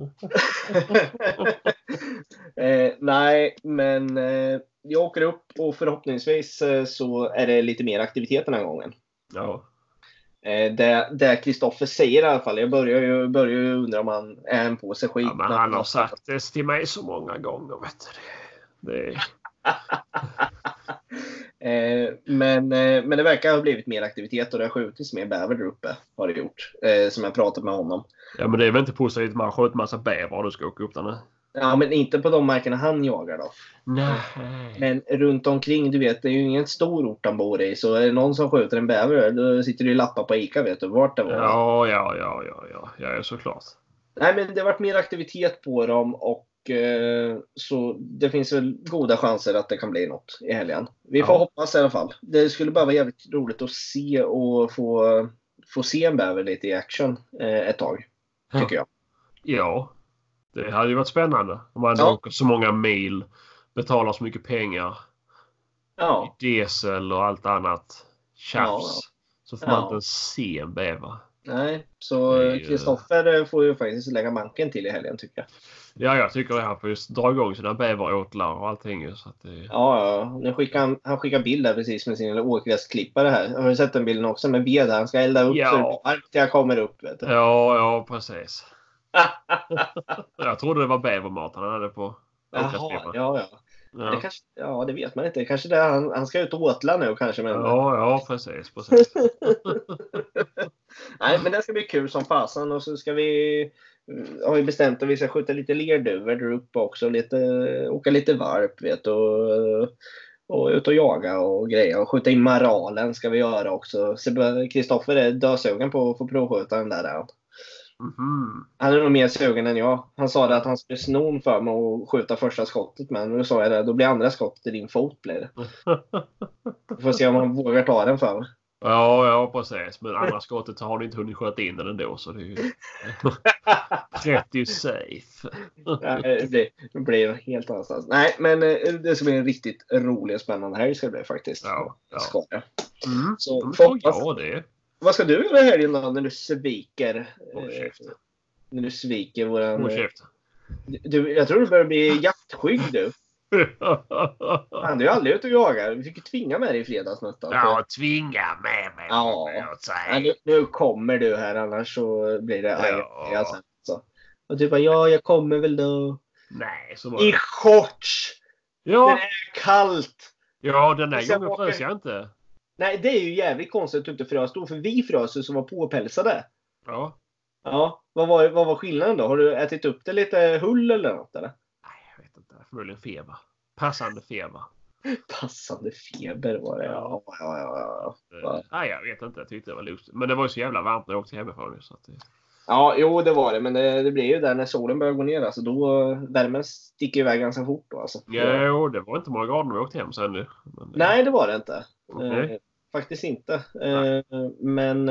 S1: Nej, men jag åker upp och förhoppningsvis så är det lite mer aktivitet den här gången.
S2: Ja.
S1: Det Kristoffer säger i alla fall. Jag börjar ju undra om han är en på sig skit.
S2: Ja, men han har sagt det till mig så många gånger, vet du.
S1: Men det verkar ha blivit mer aktivitet och det har skjutits mer bäver där uppe. Har det gjort. Som jag pratat med honom.
S2: Ja, men det är väl inte positivt att man skjuter en massa bäver och du ska åka upp där nu?
S1: Ja, men inte på de markerna han jagar då.
S2: Nej.
S1: Men runt omkring, du vet, det är ju ingen stor ort han bor i. Så är det någon som skjuter en bäver, då sitter det ju lappar på Ica, vet du, vart det var.
S2: Ja, såklart.
S1: Nej, men det har varit mer aktivitet på dem och så det finns väl goda chanser att det kan bli något i helgen. Vi får hoppas i alla fall. Det skulle bara vara jävligt roligt att se och få se en bäver lite i action ett tag, tycker jag.
S2: Ja, det hade ju varit spännande om man åker så många mil, betalar så mycket pengar i diesel och allt annat tjafs. Så får man inte se en bäver.
S1: Nej, så Kristoffer får ju faktiskt lägga manken till i helgen, tycker jag.
S2: Ja, jag tycker det. Han får just dra igång sina bäveråtlar och allting. Så att det...
S1: Ja. Nu han skickar bilder precis med sin åkgräsklippare här. Har du sett den bilden också med ved? Han ska elda upp så det blir varmt till jag kommer upp. Vet du.
S2: Ja, precis. Jag trodde det var bävermat han hade på åkgräsklipparen.
S1: Ja. Det kanske, det vet man inte. Kanske det han ska ut och åtla nu kanske. Men...
S2: Ja, precis.
S1: Nej, men det ska bli kul som fasen. Och så har vi bestämt att vi ska skjuta lite lerduvor där uppe också. Åka lite varp, vet och ut och jaga och grejer. Och skjuta in maralen ska vi göra också. Kristoffer är dösugen på att få provskjuta den där. Han är nog mer sugen än jag. Han sa det att han skulle sno för mig och skjuta första skottet. Men nu sa jag det, då blir andra skottet i din fot. Blir det. Vi får se om han vågar ta den för mig.
S2: Ja, precis. Men andra skottet har du inte hunnit sköta in den ändå. Så det är ju pretty safe.
S1: Det blir helt annanstans. Nej, men det ska bli en riktigt rolig och spännande helg ska det bli faktiskt.
S2: Ja.
S1: Ska det. Så
S2: det.
S1: Vad ska du göra helgen då när du sviker? När du sviker våran... jag tror du börjar bli jaktskygg du. Han är ju aldrig ute och jagar. Vi fick ju tvinga med dig i fredags nästan.
S2: Ja, tvinga med mig.
S1: Ja, nu kommer du här annars så blir det sen. Så. Och du bara, jag kommer väl då.
S2: Nej, så
S1: var det. I shorts!
S2: Ja.
S1: Det är kallt!
S2: Ja, den där gången frös jag inte.
S1: Nej, det är ju jävligt konstigt att du inte frös då. För vi frös ju som var påpälsade.
S2: Ja.
S1: Ja, vad var skillnaden då? Har du ätit upp det lite hull eller något eller?
S2: Nej, jag vet inte. Förmodligen feber. Passande feber.
S1: Passande feber var det, ja.
S2: Nej, jag vet inte. Jag tyckte det var lustigt. Men det var ju så jävla varmt när jag åkte hemifrån. Så att det...
S1: Ja, jo det var det. Men det blir ju där när solen börjar gå ner. Alltså då värmen sticker iväg ganska fort då. Alltså.
S2: Jo, det var inte många grader när vi åkte hem sen nu. Men...
S1: Nej, det var det inte.
S2: Okay.
S1: Faktiskt inte. Men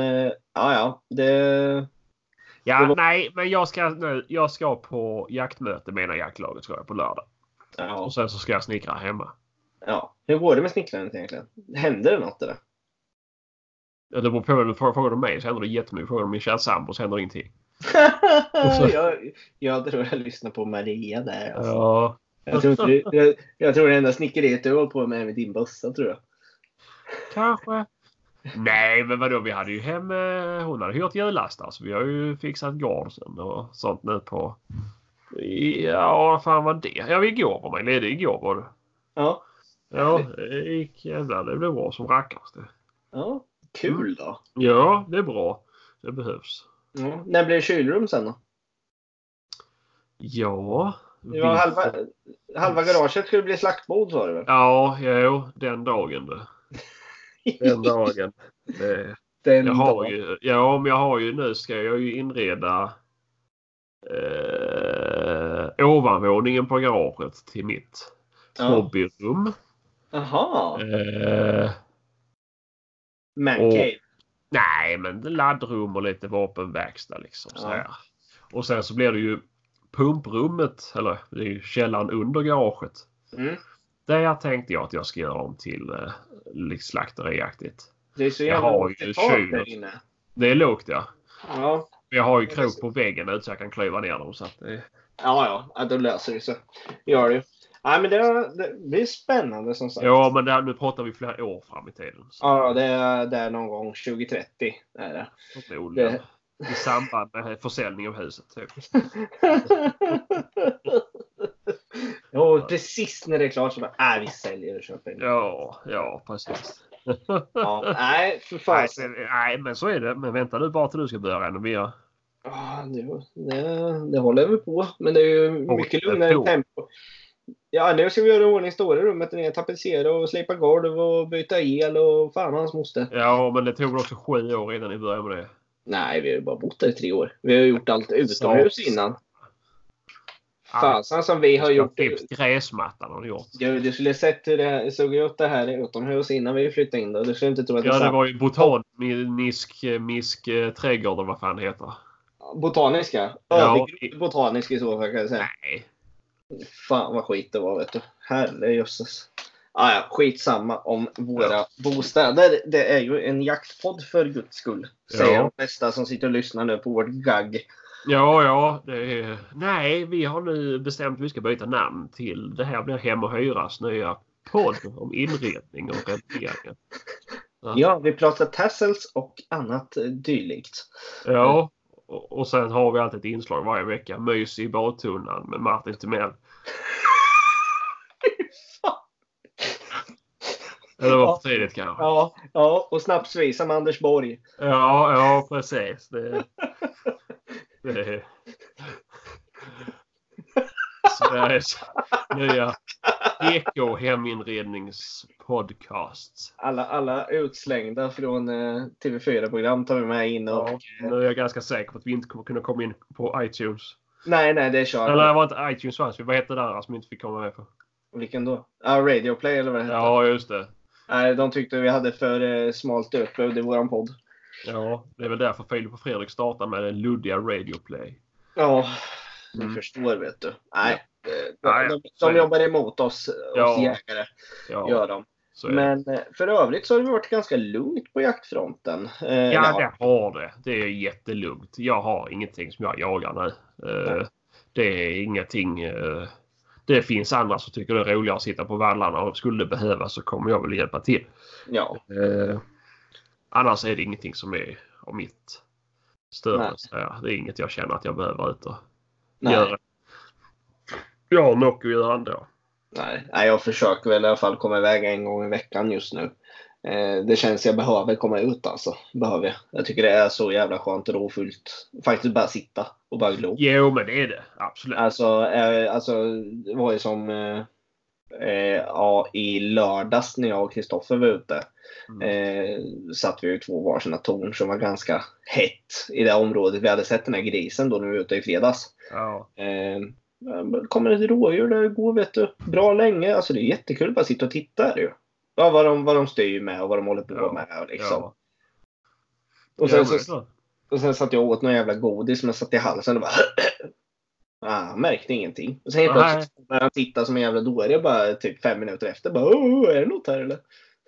S1: det...
S2: Ja, nej, men jag ska på jaktmöte med jaktlaget ska jag på lördag.
S1: Ja.
S2: Och sen så ska jag snickra hemma.
S1: Ja. Hur går det med snickrandet egentligen? Händer det något eller?
S2: Ja, det beror på vad du frågar mig så händer det jättemycket. Frågar du min kära sambo så händer det ingenting.
S1: Jag tror jag lyssnar på Maria där. Alltså.
S2: Ja.
S1: Jag tror det enda snickeriet du håller på med din bössa tror jag.
S2: Kanske. Nej, men vadå? Vi hade ju hon hade hyrt hjullastare så vi har ju fixat garden och sånt nu på... Ja, fan vad det? Ja, igår var man ledig. Igår var det.
S1: Ja.
S2: Ja, det gick jävlar. Det blev bra som rackars det.
S1: Ja, kul då.
S2: Ja, det är bra. Det behövs.
S1: Ja. När blir det kylrum sen då?
S2: Ja.
S1: Halva garaget skulle bli slaktbord sa du väl?
S2: Ja, den dagen det. Den dagen. Jag har ju nu ska jag ju inreda ovanvåningen på garaget till mitt hobbyrum.
S1: Jaha. Mancave?
S2: Nej, men laddrum och lite vapenverkstad liksom så här. Och sen så blir det ju pumprummet, eller det är ju källaren under garaget. Där tänkte jag att jag ska göra om till slakteriaktigt.
S1: Det är så
S2: jag har ju kyl. Det är lågt ja. Jag har ju krok på väggen ut så jag kan klyva ner dem. Så att det...
S1: Ja, då löser det sig. Gör det. Nej, men det blir spännande som sagt.
S2: Ja, men nu pratar vi flera år fram i tiden. Så.
S1: Ja, det är någon gång 2030. Är det.
S2: I samband med försäljning av huset. Typ.
S1: Ja, precis när det är klart så bara, vi säljer och köper in.
S2: Ja, precis.
S1: Nej, för fan.
S2: Nej, men så är det. Men vänta nu bara till du ska börja renovera.
S1: Det håller vi på. Men det är ju mycket lugnare tempo. Ja, nu ska vi göra ordning stora rummet ner, tapetsera och slipa golv och byta el och fan hans moster.
S2: Ja, men det tog också 7 år innan ni började med det.
S1: Nej, vi har ju bara bott där i 3 år. Vi har gjort allt utomhus innan. fasen som vi har gjort.
S2: Tips gräsmattan har du gjort.
S1: Du skulle sett hur det såg ut det här utomhus innan vi flyttade in då. Du skulle inte tro att
S2: det var ju botanisk trädgård och vad fan det heter.
S1: Botaniska?
S2: Ja.
S1: Botanisk i så fall kan jag säga.
S2: Nej.
S1: Fan vad skit det var vet du. Herrejösses. Ja, skitsamma om våra bostäder. Det är ju en jaktpodd för guds skull. Säger de flesta som sitter och lyssnar nu på vårt gagg.
S2: Ja. Nej, vi har nu bestämt att vi ska byta namn till. Det här blir Hem och Hyras nya podd om inredning och renoveringar.
S1: Ja, vi pratar tassels och annat dylikt.
S2: Ja, och sen har vi alltid ett inslag varje vecka. Mys i badtunnan med Martin Timell. Eller var för tidigt kanske.
S1: Ja, och snapsvisa med Anders Borg.
S2: Ja, precis. Det Sveriges nya eko-heminredningspodcast.
S1: Alla utslängda från TV4-program tar vi med in. Och,
S2: nu är jag ganska säker på att vi inte kommer kunna komma in på iTunes.
S1: Nej, det är kört.
S2: Eller det var inte iTunes fanns. Vad heter det där som inte fick komma med på?
S1: Vilken då? Radio Play eller vad det heter?
S2: Ja, just det.
S1: Nej, de tyckte vi hade för smalt utbud i våran podd.
S2: Ja, det är väl därför Filip och Fredrik startar med den luddiga Radio Play.
S1: Ja, du förstår vet du. Nej, de jobbar emot oss jägare. Ja. Gör de. Men för övrigt så har det varit ganska lugnt på jaktfronten.
S2: Det har det. Det är jättelugnt. Jag har ingenting som jag jagar nu. Det är ingenting... Det finns andra som tycker det är roligare att sitta på vallarna och skulle det behövas så kommer jag väl hjälpa till.
S1: Ja.
S2: Annars är det ingenting som är av mitt större. Det är inget jag känner att jag behöver ut och göra. Jag har nog att göra ändå.
S1: Nej, jag försöker väl i alla fall komma iväg en gång i veckan just nu. Det känns jag behöver komma ut alltså. Behöver jag. Jag tycker det är så jävla skönt och rofullt. Faktiskt bara sitta och bara glo.
S2: Jo, men det är det. Absolut.
S1: Alltså det var ju som i lördags när jag och Kristoffer var ute. Satt vi ju 2 varsina torn som var ganska hett i det området. Vi hade sett den här grisen då när vi var ute i fredags.
S2: Ja.
S1: Kommer ett rådjur där det går vet du, bra länge. Alltså det är jättekul att bara sitta och titta här ju. Ja, vad de styr med och vad de håller på med liksom. Ja. Och sen satt jag åt någon jävla godis som jag satt i halsen och bara märkte ingenting. Och sen helt plötsligt när han tittar som en jävla dåre bara typ 5 minuter efter bara är det något här eller?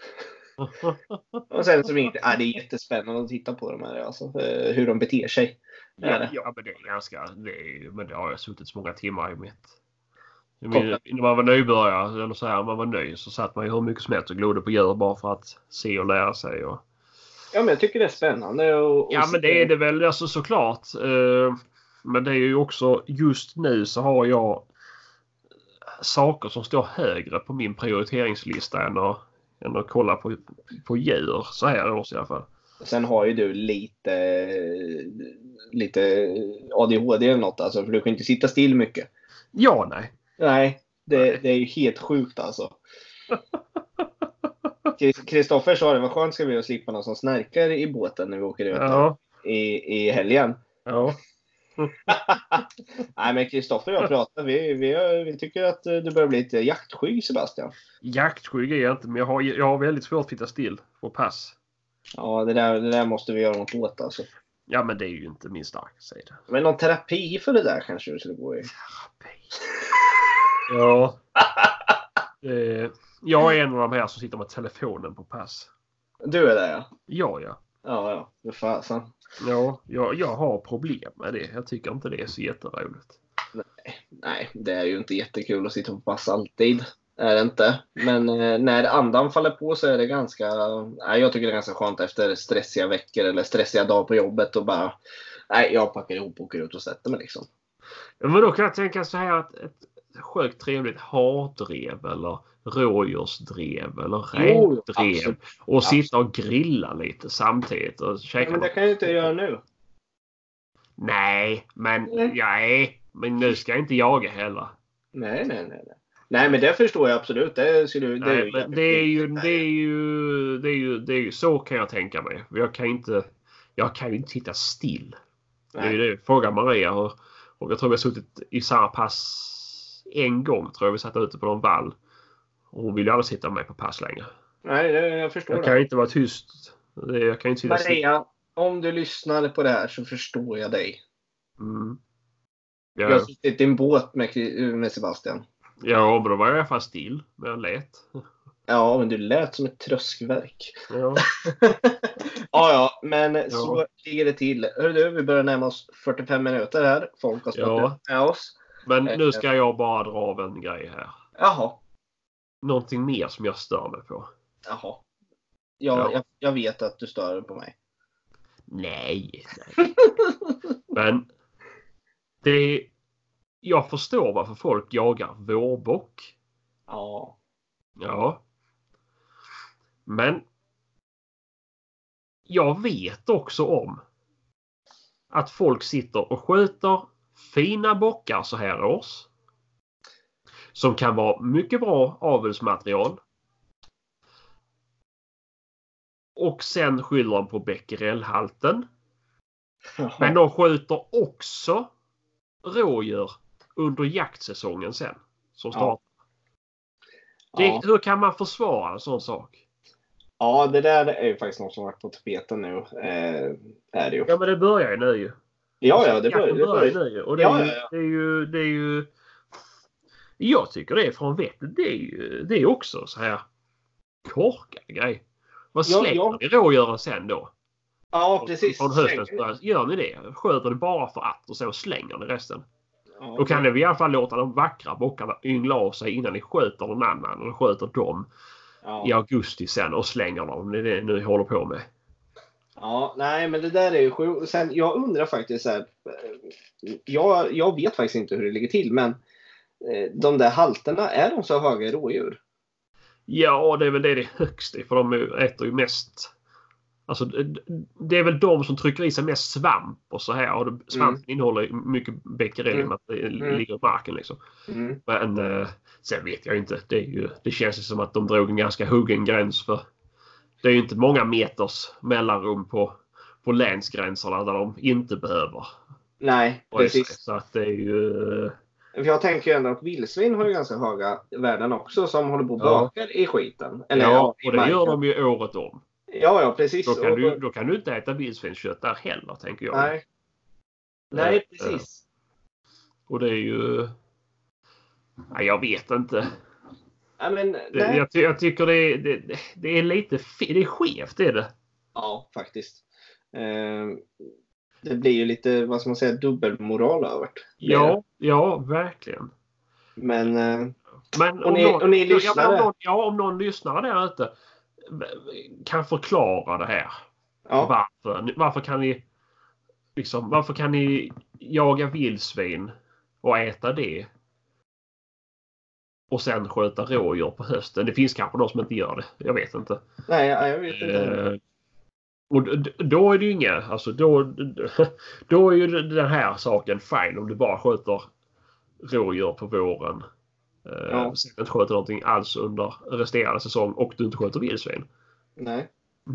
S1: Och sen så det är jättespännande att titta på dem här alltså, hur de beter sig.
S2: Ja, men det är ganska men det har jag suttit så många timmar i mitt. När man var nybörjare eller så här, man var ny så satt man ju hur mycket som helst och glodde på djur bara för att se och lära sig. Och...
S1: Ja, men jag tycker det är spännande.
S2: Men det är det väl alltså, såklart. Men det är ju också just nu så har jag saker som står högre på min prioriteringslista än att kolla på djur så här års i alla fall.
S1: Sen har ju du lite ADHD eller något alltså, för du kan inte sitta still mycket.
S2: Ja, nej.
S1: Nej, det är ju helt sjukt alltså. Kristoffer sa det var skönt ska vi slippa någon som snärkar i båten när vi åker ut i helgen.
S2: Ja.
S1: Nej, men Kristoffer och jag pratar. Vi tycker att du börjar bli lite jaktskygg, Sebastian.
S2: Jaktskygg är jag inte, men jag har väldigt svårt att sitta still på pass.
S1: Ja, det där måste vi göra något åt alltså.
S2: Ja, men det är ju inte min starka sida.
S1: Men någon terapi för det där kanske du skulle gå i.
S2: Terapi? Ja. Jag är en av de här som sitter med telefonen på pass.
S1: Du är det, ja?
S2: Ja.
S1: Ja, det fasen.
S2: Ja, jag har problem med det. Jag tycker inte det är så jätteroligt.
S1: Nej, det är ju inte jättekul att sitta på pass alltid. Är det inte. Men när andan faller på så är det ganska... jag tycker det är ganska skönt efter stressiga veckor eller stressiga dagar på jobbet och bara... Nej, jag packar ihop och åker ut och sätter mig liksom.
S2: Ja, men då kan jag tänka så här att ett sjukt trevligt hardrev eller rådjursdrev eller rävdrev och sitta och grilla lite samtidigt och käka.
S1: Men det kan jag inte göra nu.
S2: Nej, men nu ska jag inte jaga heller.
S1: Nej. Nej, men det förstår jag absolut. Det är
S2: ju så kan jag tänka mig. Jag kan ju inte sitta still. Nej. Det är det. Fråga Maria och jag tror vi har suttit i samma pass en gång tror jag vi satt ute på någon vall. Och hon ville ju aldrig sitta med på pass längre.
S1: Nej, jag förstår
S2: Jag
S1: det.
S2: kan inte vara tyst. Jag kan inte sitta
S1: Maria, om du lyssnar på det här så förstår jag dig.
S2: Ja.
S1: Jag sitter i en båt med Sebastian.
S2: Ja, men då var jag i alla fall still. Men jag lät.
S1: Ja, men du lät som ett tröskverk.
S2: Ja.
S1: Ja, men så ligger det till. Hör du, vi börjar närma oss 45 minuter här. Folk har spottat med oss.
S2: Men nu ska jag bara dra av en grej här.
S1: Jaha.
S2: Någonting mer som jag stör mig på.
S1: Jaha. Ja. Jag vet att du stör på mig.
S2: Nej. Men jag förstår varför folk jagar vårbock.
S1: Ja.
S2: Ja. Men jag vet också om att folk sitter och skjuter fina bockar så här års. Som kan vara mycket bra avelsmaterial. Och sen skyller de på becquerelhalten. Men de skjuter också rådjur under jaktsäsongen sen. Som startar. Hur kan man försvara en sån sak?
S1: Ja, det där är ju faktiskt något som varit på tapeten nu. Är det ju.
S2: Ja, men det börjar ju nu ju.
S1: Ja, det börjar
S2: nu ju. Och det är ju... Jag tycker det är från vettet. Det är också så här korkad grej. Vad slänger ni rådjuren sen då?
S1: Ja, precis.
S2: Från höstens början. Gör ni det? Sköter det bara för att och så slänger ni resten.
S1: Ja,
S2: då kan ni i alla fall låta de vackra bockarna yngla av sig innan ni sköter någon annan. Eller sköter dem i augusti sen och slänger dem. Det är det ni håller på med.
S1: Ja, nej, men det där är ju sen jag undrar faktiskt så här, jag vet faktiskt inte hur det ligger till, men de där halterna, är de så höga i rådjur?
S2: Ja, det är väl det högsta, för de äter ju mest. Alltså, det är väl de som trycker i sig mest svamp och så här. Och svampen innehåller mycket becquerel att det ligger i marken liksom. Men sen vet jag inte. Det känns som att de drog en ganska huggen gräns, för det är ju inte många meters mellanrum på länsgränserna där de inte behöver.
S1: Nej, precis.
S2: Så att det är ju...
S1: För jag tänker ju ändå att vildsvin har ju ganska höga värden också, som håller på och bakar i skiten. Eller,
S2: och det gör de ju året om.
S1: Ja, precis.
S2: Då kan du inte äta vildsvinskött där heller, tänker jag.
S1: Nej, precis.
S2: Och det är ju... Nej, jag vet inte.
S1: Ja, men,
S2: jag tycker det är lite... Det är skevt, det är det.
S1: Ja, faktiskt. Det blir ju lite, vad ska man säga, dubbelmoral över det.
S2: Ja, verkligen.
S1: Men
S2: om
S1: ni lyssnar.
S2: Om någon lyssnar där ute kan förklara det här.
S1: Ja.
S2: Varför kan ni jaga vildsvin och äta det och sen sköta rådjur på hösten? Det finns kanske någon som inte gör det. Jag vet inte.
S1: Nej, jag vet inte.
S2: Och då är det ju inga, alltså då är ju den här saken fine om du bara sköter rådjur på våren. Sen inte sköter någonting alls under resterande säsong och du inte sköter vildsvin.
S1: Nej.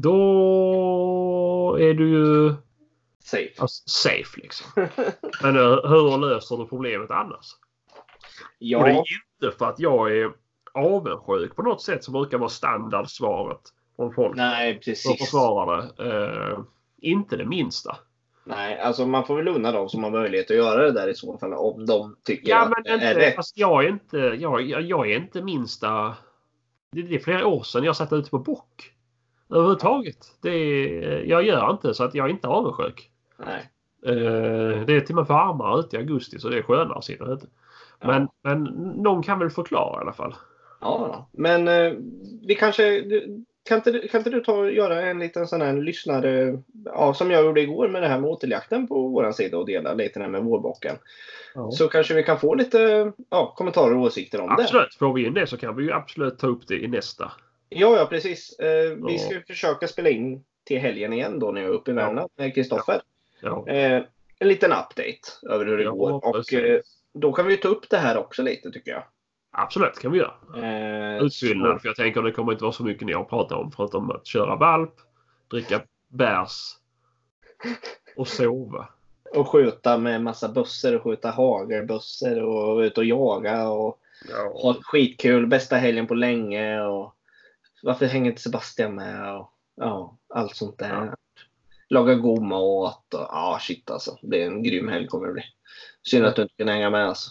S2: Då är du ju safe liksom. Men hur löser du problemet annars?
S1: Ja.
S2: Och det är inte för att jag är avundsjuk på något sätt som brukar vara standardsvaret från folk.
S1: Nej, precis.
S2: Som försvarar det. Inte det minsta.
S1: Nej, alltså man får väl unna dem som har möjlighet att göra det där i så fall, om de tycker att
S2: men
S1: det är rätt.
S2: Alltså, jag är inte minsta... Det är flera år sedan jag satt ute på bock. Överhuvudtaget. Jag gör inte så att jag inte är avundsjuk.
S1: Nej.
S2: Det är till och med varmare ute i augusti, så det är skönare att sitta ute. Men någon kan väl förklara i alla fall.
S1: Ja, men vi kanske... Kan inte du ta och göra en liten sån här lyssnare, som jag gjorde igår med det här med åteljakten på våran sida och dela lite med vårbocken. Ja. Så kanske vi kan få lite kommentarer och åsikter om det.
S2: Absolut, får vi in det så kan vi ju absolut ta upp det i nästa.
S1: Ja, precis. Vi ska försöka spela in till helgen igen då när jag är uppe i Värmland med Kristoffer.
S2: Ja.
S1: En liten update över hur det går. Och då kan vi ta upp det här också lite, tycker jag.
S2: Absolut, kan vi göra. Utfyllnad, för jag tänker att det kommer inte vara så mycket ni har pratat om förutom att köra valp, dricka bärs och sova.
S1: och skjuta med massa bussar och skjuta hagelbussar och ut och jaga och ha skitkul. Bästa helgen på länge och varför hänger inte Sebastian med och allt sånt där. Ja. Laga god mat och shit alltså. Det blir en grym helg kommer det bli. Synd att du inte kan hänga med alltså.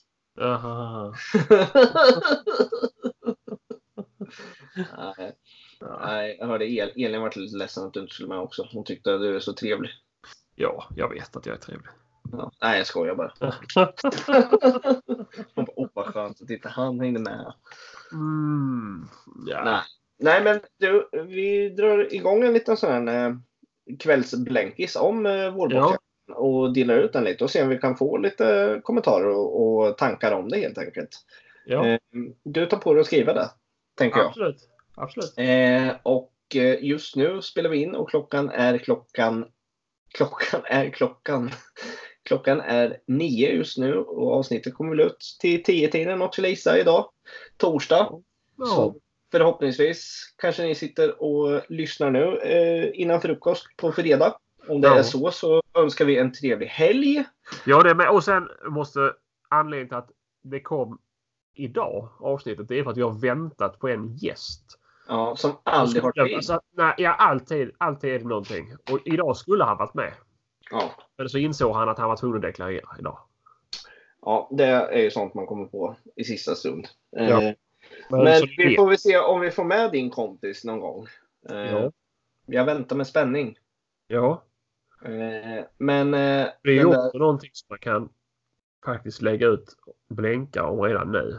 S1: Nej, jag hörde Elin var lite ledsen att du inte skulle med också. Hon tyckte att du är så trevlig.
S2: Ja, jag vet att jag är trevlig.
S1: Ja. Nej, jag skojar bara. Vad skönt att inte han hängde med.
S2: Ja.
S1: Nej, men du, vi drar igång en liten sån här kvällsblänkis om vårboxen och delar ut den lite och se om vi kan få lite kommentarer och tankar om det helt enkelt.
S2: Ja.
S1: Du tar på dig att skriva det, tänker jag.
S2: Absolut.
S1: Och just nu spelar vi in och klockan är 9 just nu och avsnittet kommer väl ut till 10-tiden också Lisa idag. Torsdag.
S2: Ja.
S1: Så förhoppningsvis kanske ni sitter och lyssnar nu innan frukost på fredag. Om det är så önskar vi en trevlig helg.
S2: Ja, det med. Och sen måste anledningen till att det kom idag avsnittet, det är för att vi har väntat på en gäst.
S1: Ja, som aldrig har tid.
S2: Alltså, nej, alltid är det någonting. Och idag skulle han varit med.
S1: Ja.
S2: Men så insåg han att han var tvungen att deklarera idag.
S1: Ja, det är ju sånt man kommer på i sista stund.
S2: Ja.
S1: Men vi får väl se om vi får med din kompis någon gång. Jag väntar med spänning.
S2: Ja.
S1: Men
S2: det är ju också någonting som man kan faktiskt lägga ut blänkar om redan nu.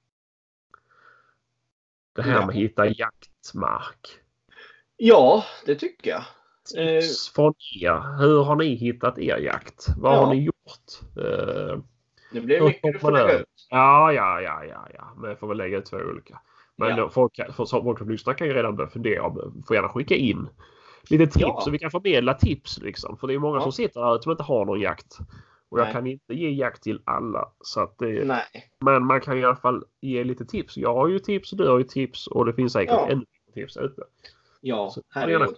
S2: Det här med att hitta jaktmark.
S1: Ja, det tycker jag.
S2: Tips från er. Hur har ni hittat er jakt? Vad har ni gjort?
S1: Det blir mycket du får lägga ut.
S2: Ja. Men jag får väl lägga ut 2 olika. Men folk som lyssnar kan ju redan börja fundera. Får gärna skicka in lite tips. Så vi kan förmedla tips liksom. För det är många som sitter där som inte har någon jakt. Och jag kan inte ge jakt till alla. Så att men man kan i alla fall ge lite tips. Jag har ju tips och du har ju tips. Och det finns säkert ännu tips ute.
S1: Ja,
S2: så
S1: herregud.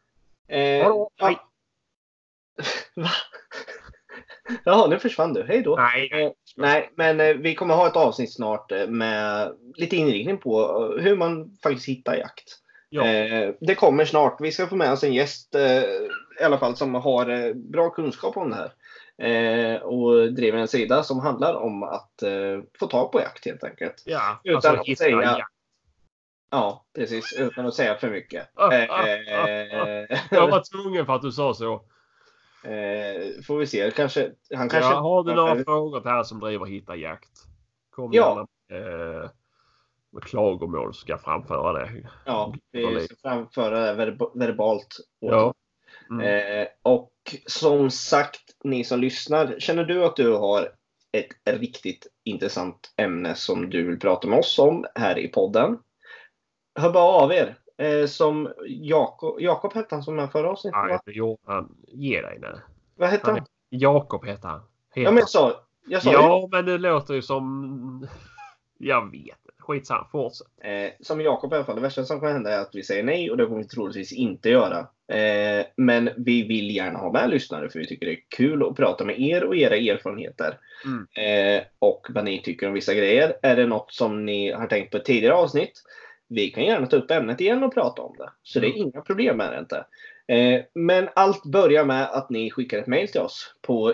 S1: Va? Ja, nu försvann du. Hej då. Nej, men vi kommer ha ett avsnitt snart med lite inriktning på hur man faktiskt hittar jakt. Ja. Det kommer snart. Vi ska få med oss en gäst i alla fall som har bra kunskap om det här. Och driver en sida som handlar om att få tag på jakt helt enkelt.
S2: Ja,
S1: utan att säga jakt. Ja, precis. Utan att säga för mycket.
S2: Jag var tvungen för att du sa så.
S1: Får vi se.
S2: Har du några frågor till här som driver hitta jakt? Kom gärna med klagomål så ska jag framföra det.
S1: Ja, vi ska framföra det verbalt.
S2: Ja.
S1: Och som sagt, ni som lyssnar, känner du att du har ett riktigt intressant ämne som du vill prata med oss om här i podden? Hör bara av er. Som Jakob hette han som är förra avsnittet.
S2: Nej, han ger dig nu.
S1: Vad hette han?
S2: Jakob heter han.
S1: Ja, men jag sa
S2: ja, men det låter ju som... Jag vet. Skitsamma, fortsätt.
S1: Som Jakob i alla fall, det värsta som kan hända är att vi säger nej och det kommer vi troligtvis inte göra. Men vi vill gärna ha med lyssnare för vi tycker det är kul att prata med er och era erfarenheter. Och vad ni tycker om vissa grejer. Är det något som ni har tänkt på ett tidigare avsnitt? Vi kan gärna ta upp ämnet igen och prata om det. Så det är inga problem med det inte. Men allt börjar med att ni skickar ett mejl till oss på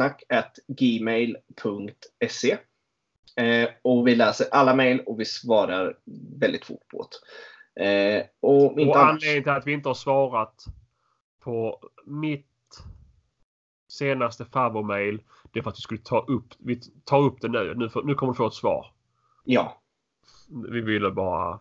S1: jaktsnack@gmail.se. Och vi läser alla mejl och vi svarar väldigt fort på det. Och
S2: anledningen till att vi inte har svarat på mitt senaste favoritmejl, det är för att vi skulle ta upp det nu. Nu kommer du få ett svar.
S1: Ja.
S2: Vi ville bara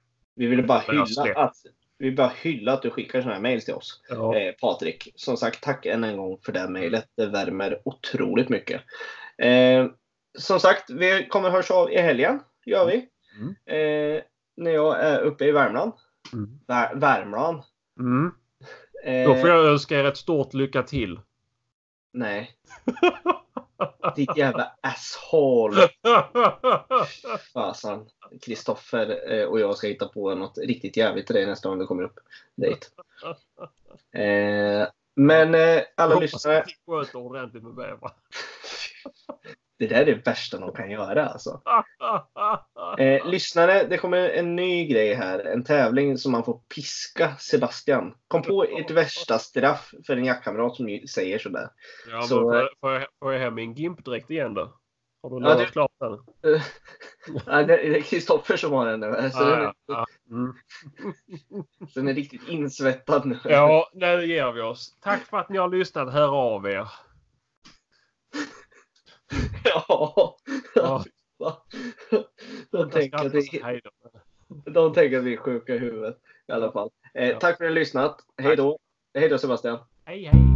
S1: hylla att du skickar sådana här mejl till oss. Patrik. Som sagt, tack än en gång för det mejlet. Det värmer otroligt mycket. Som sagt, vi kommer hörs av i helgen. Gör vi. När jag är uppe i Värmland. Värmland.
S2: Då får jag önska er ett stort lycka till.
S1: Nej. Ditt jävla asshole. Fasan. Kristoffer och jag ska hitta på något riktigt jävligt till dig nästa gång du kommer upp dit. Men alla
S2: Jag
S1: lyssnare...
S2: hoppas att de sköter ordentligt med bävrar.
S1: Det där är det värsta de kan göra alltså. Lyssnare, det kommer en ny grej här. En tävling som man får piska Sebastian. Kom på ert värsta straff för en jaktkamrat som säger sådär.
S2: Ja,
S1: Så,
S2: men får jag hem min GIMP-dräkt igen då? Har du
S1: Ja,
S2: löst klart den?
S1: ja, det är Kristoffer som har den nu. Så den är riktigt insvettad nu.
S2: Ja, nu ger vi oss. Tack för att ni har lyssnat. Hör av er.
S1: Ja. De tänker att vi är sjuka i huvudet i alla fall. Tack för att ni har lyssnat. Hej då. Hej då Sebastian.
S2: Hej hej.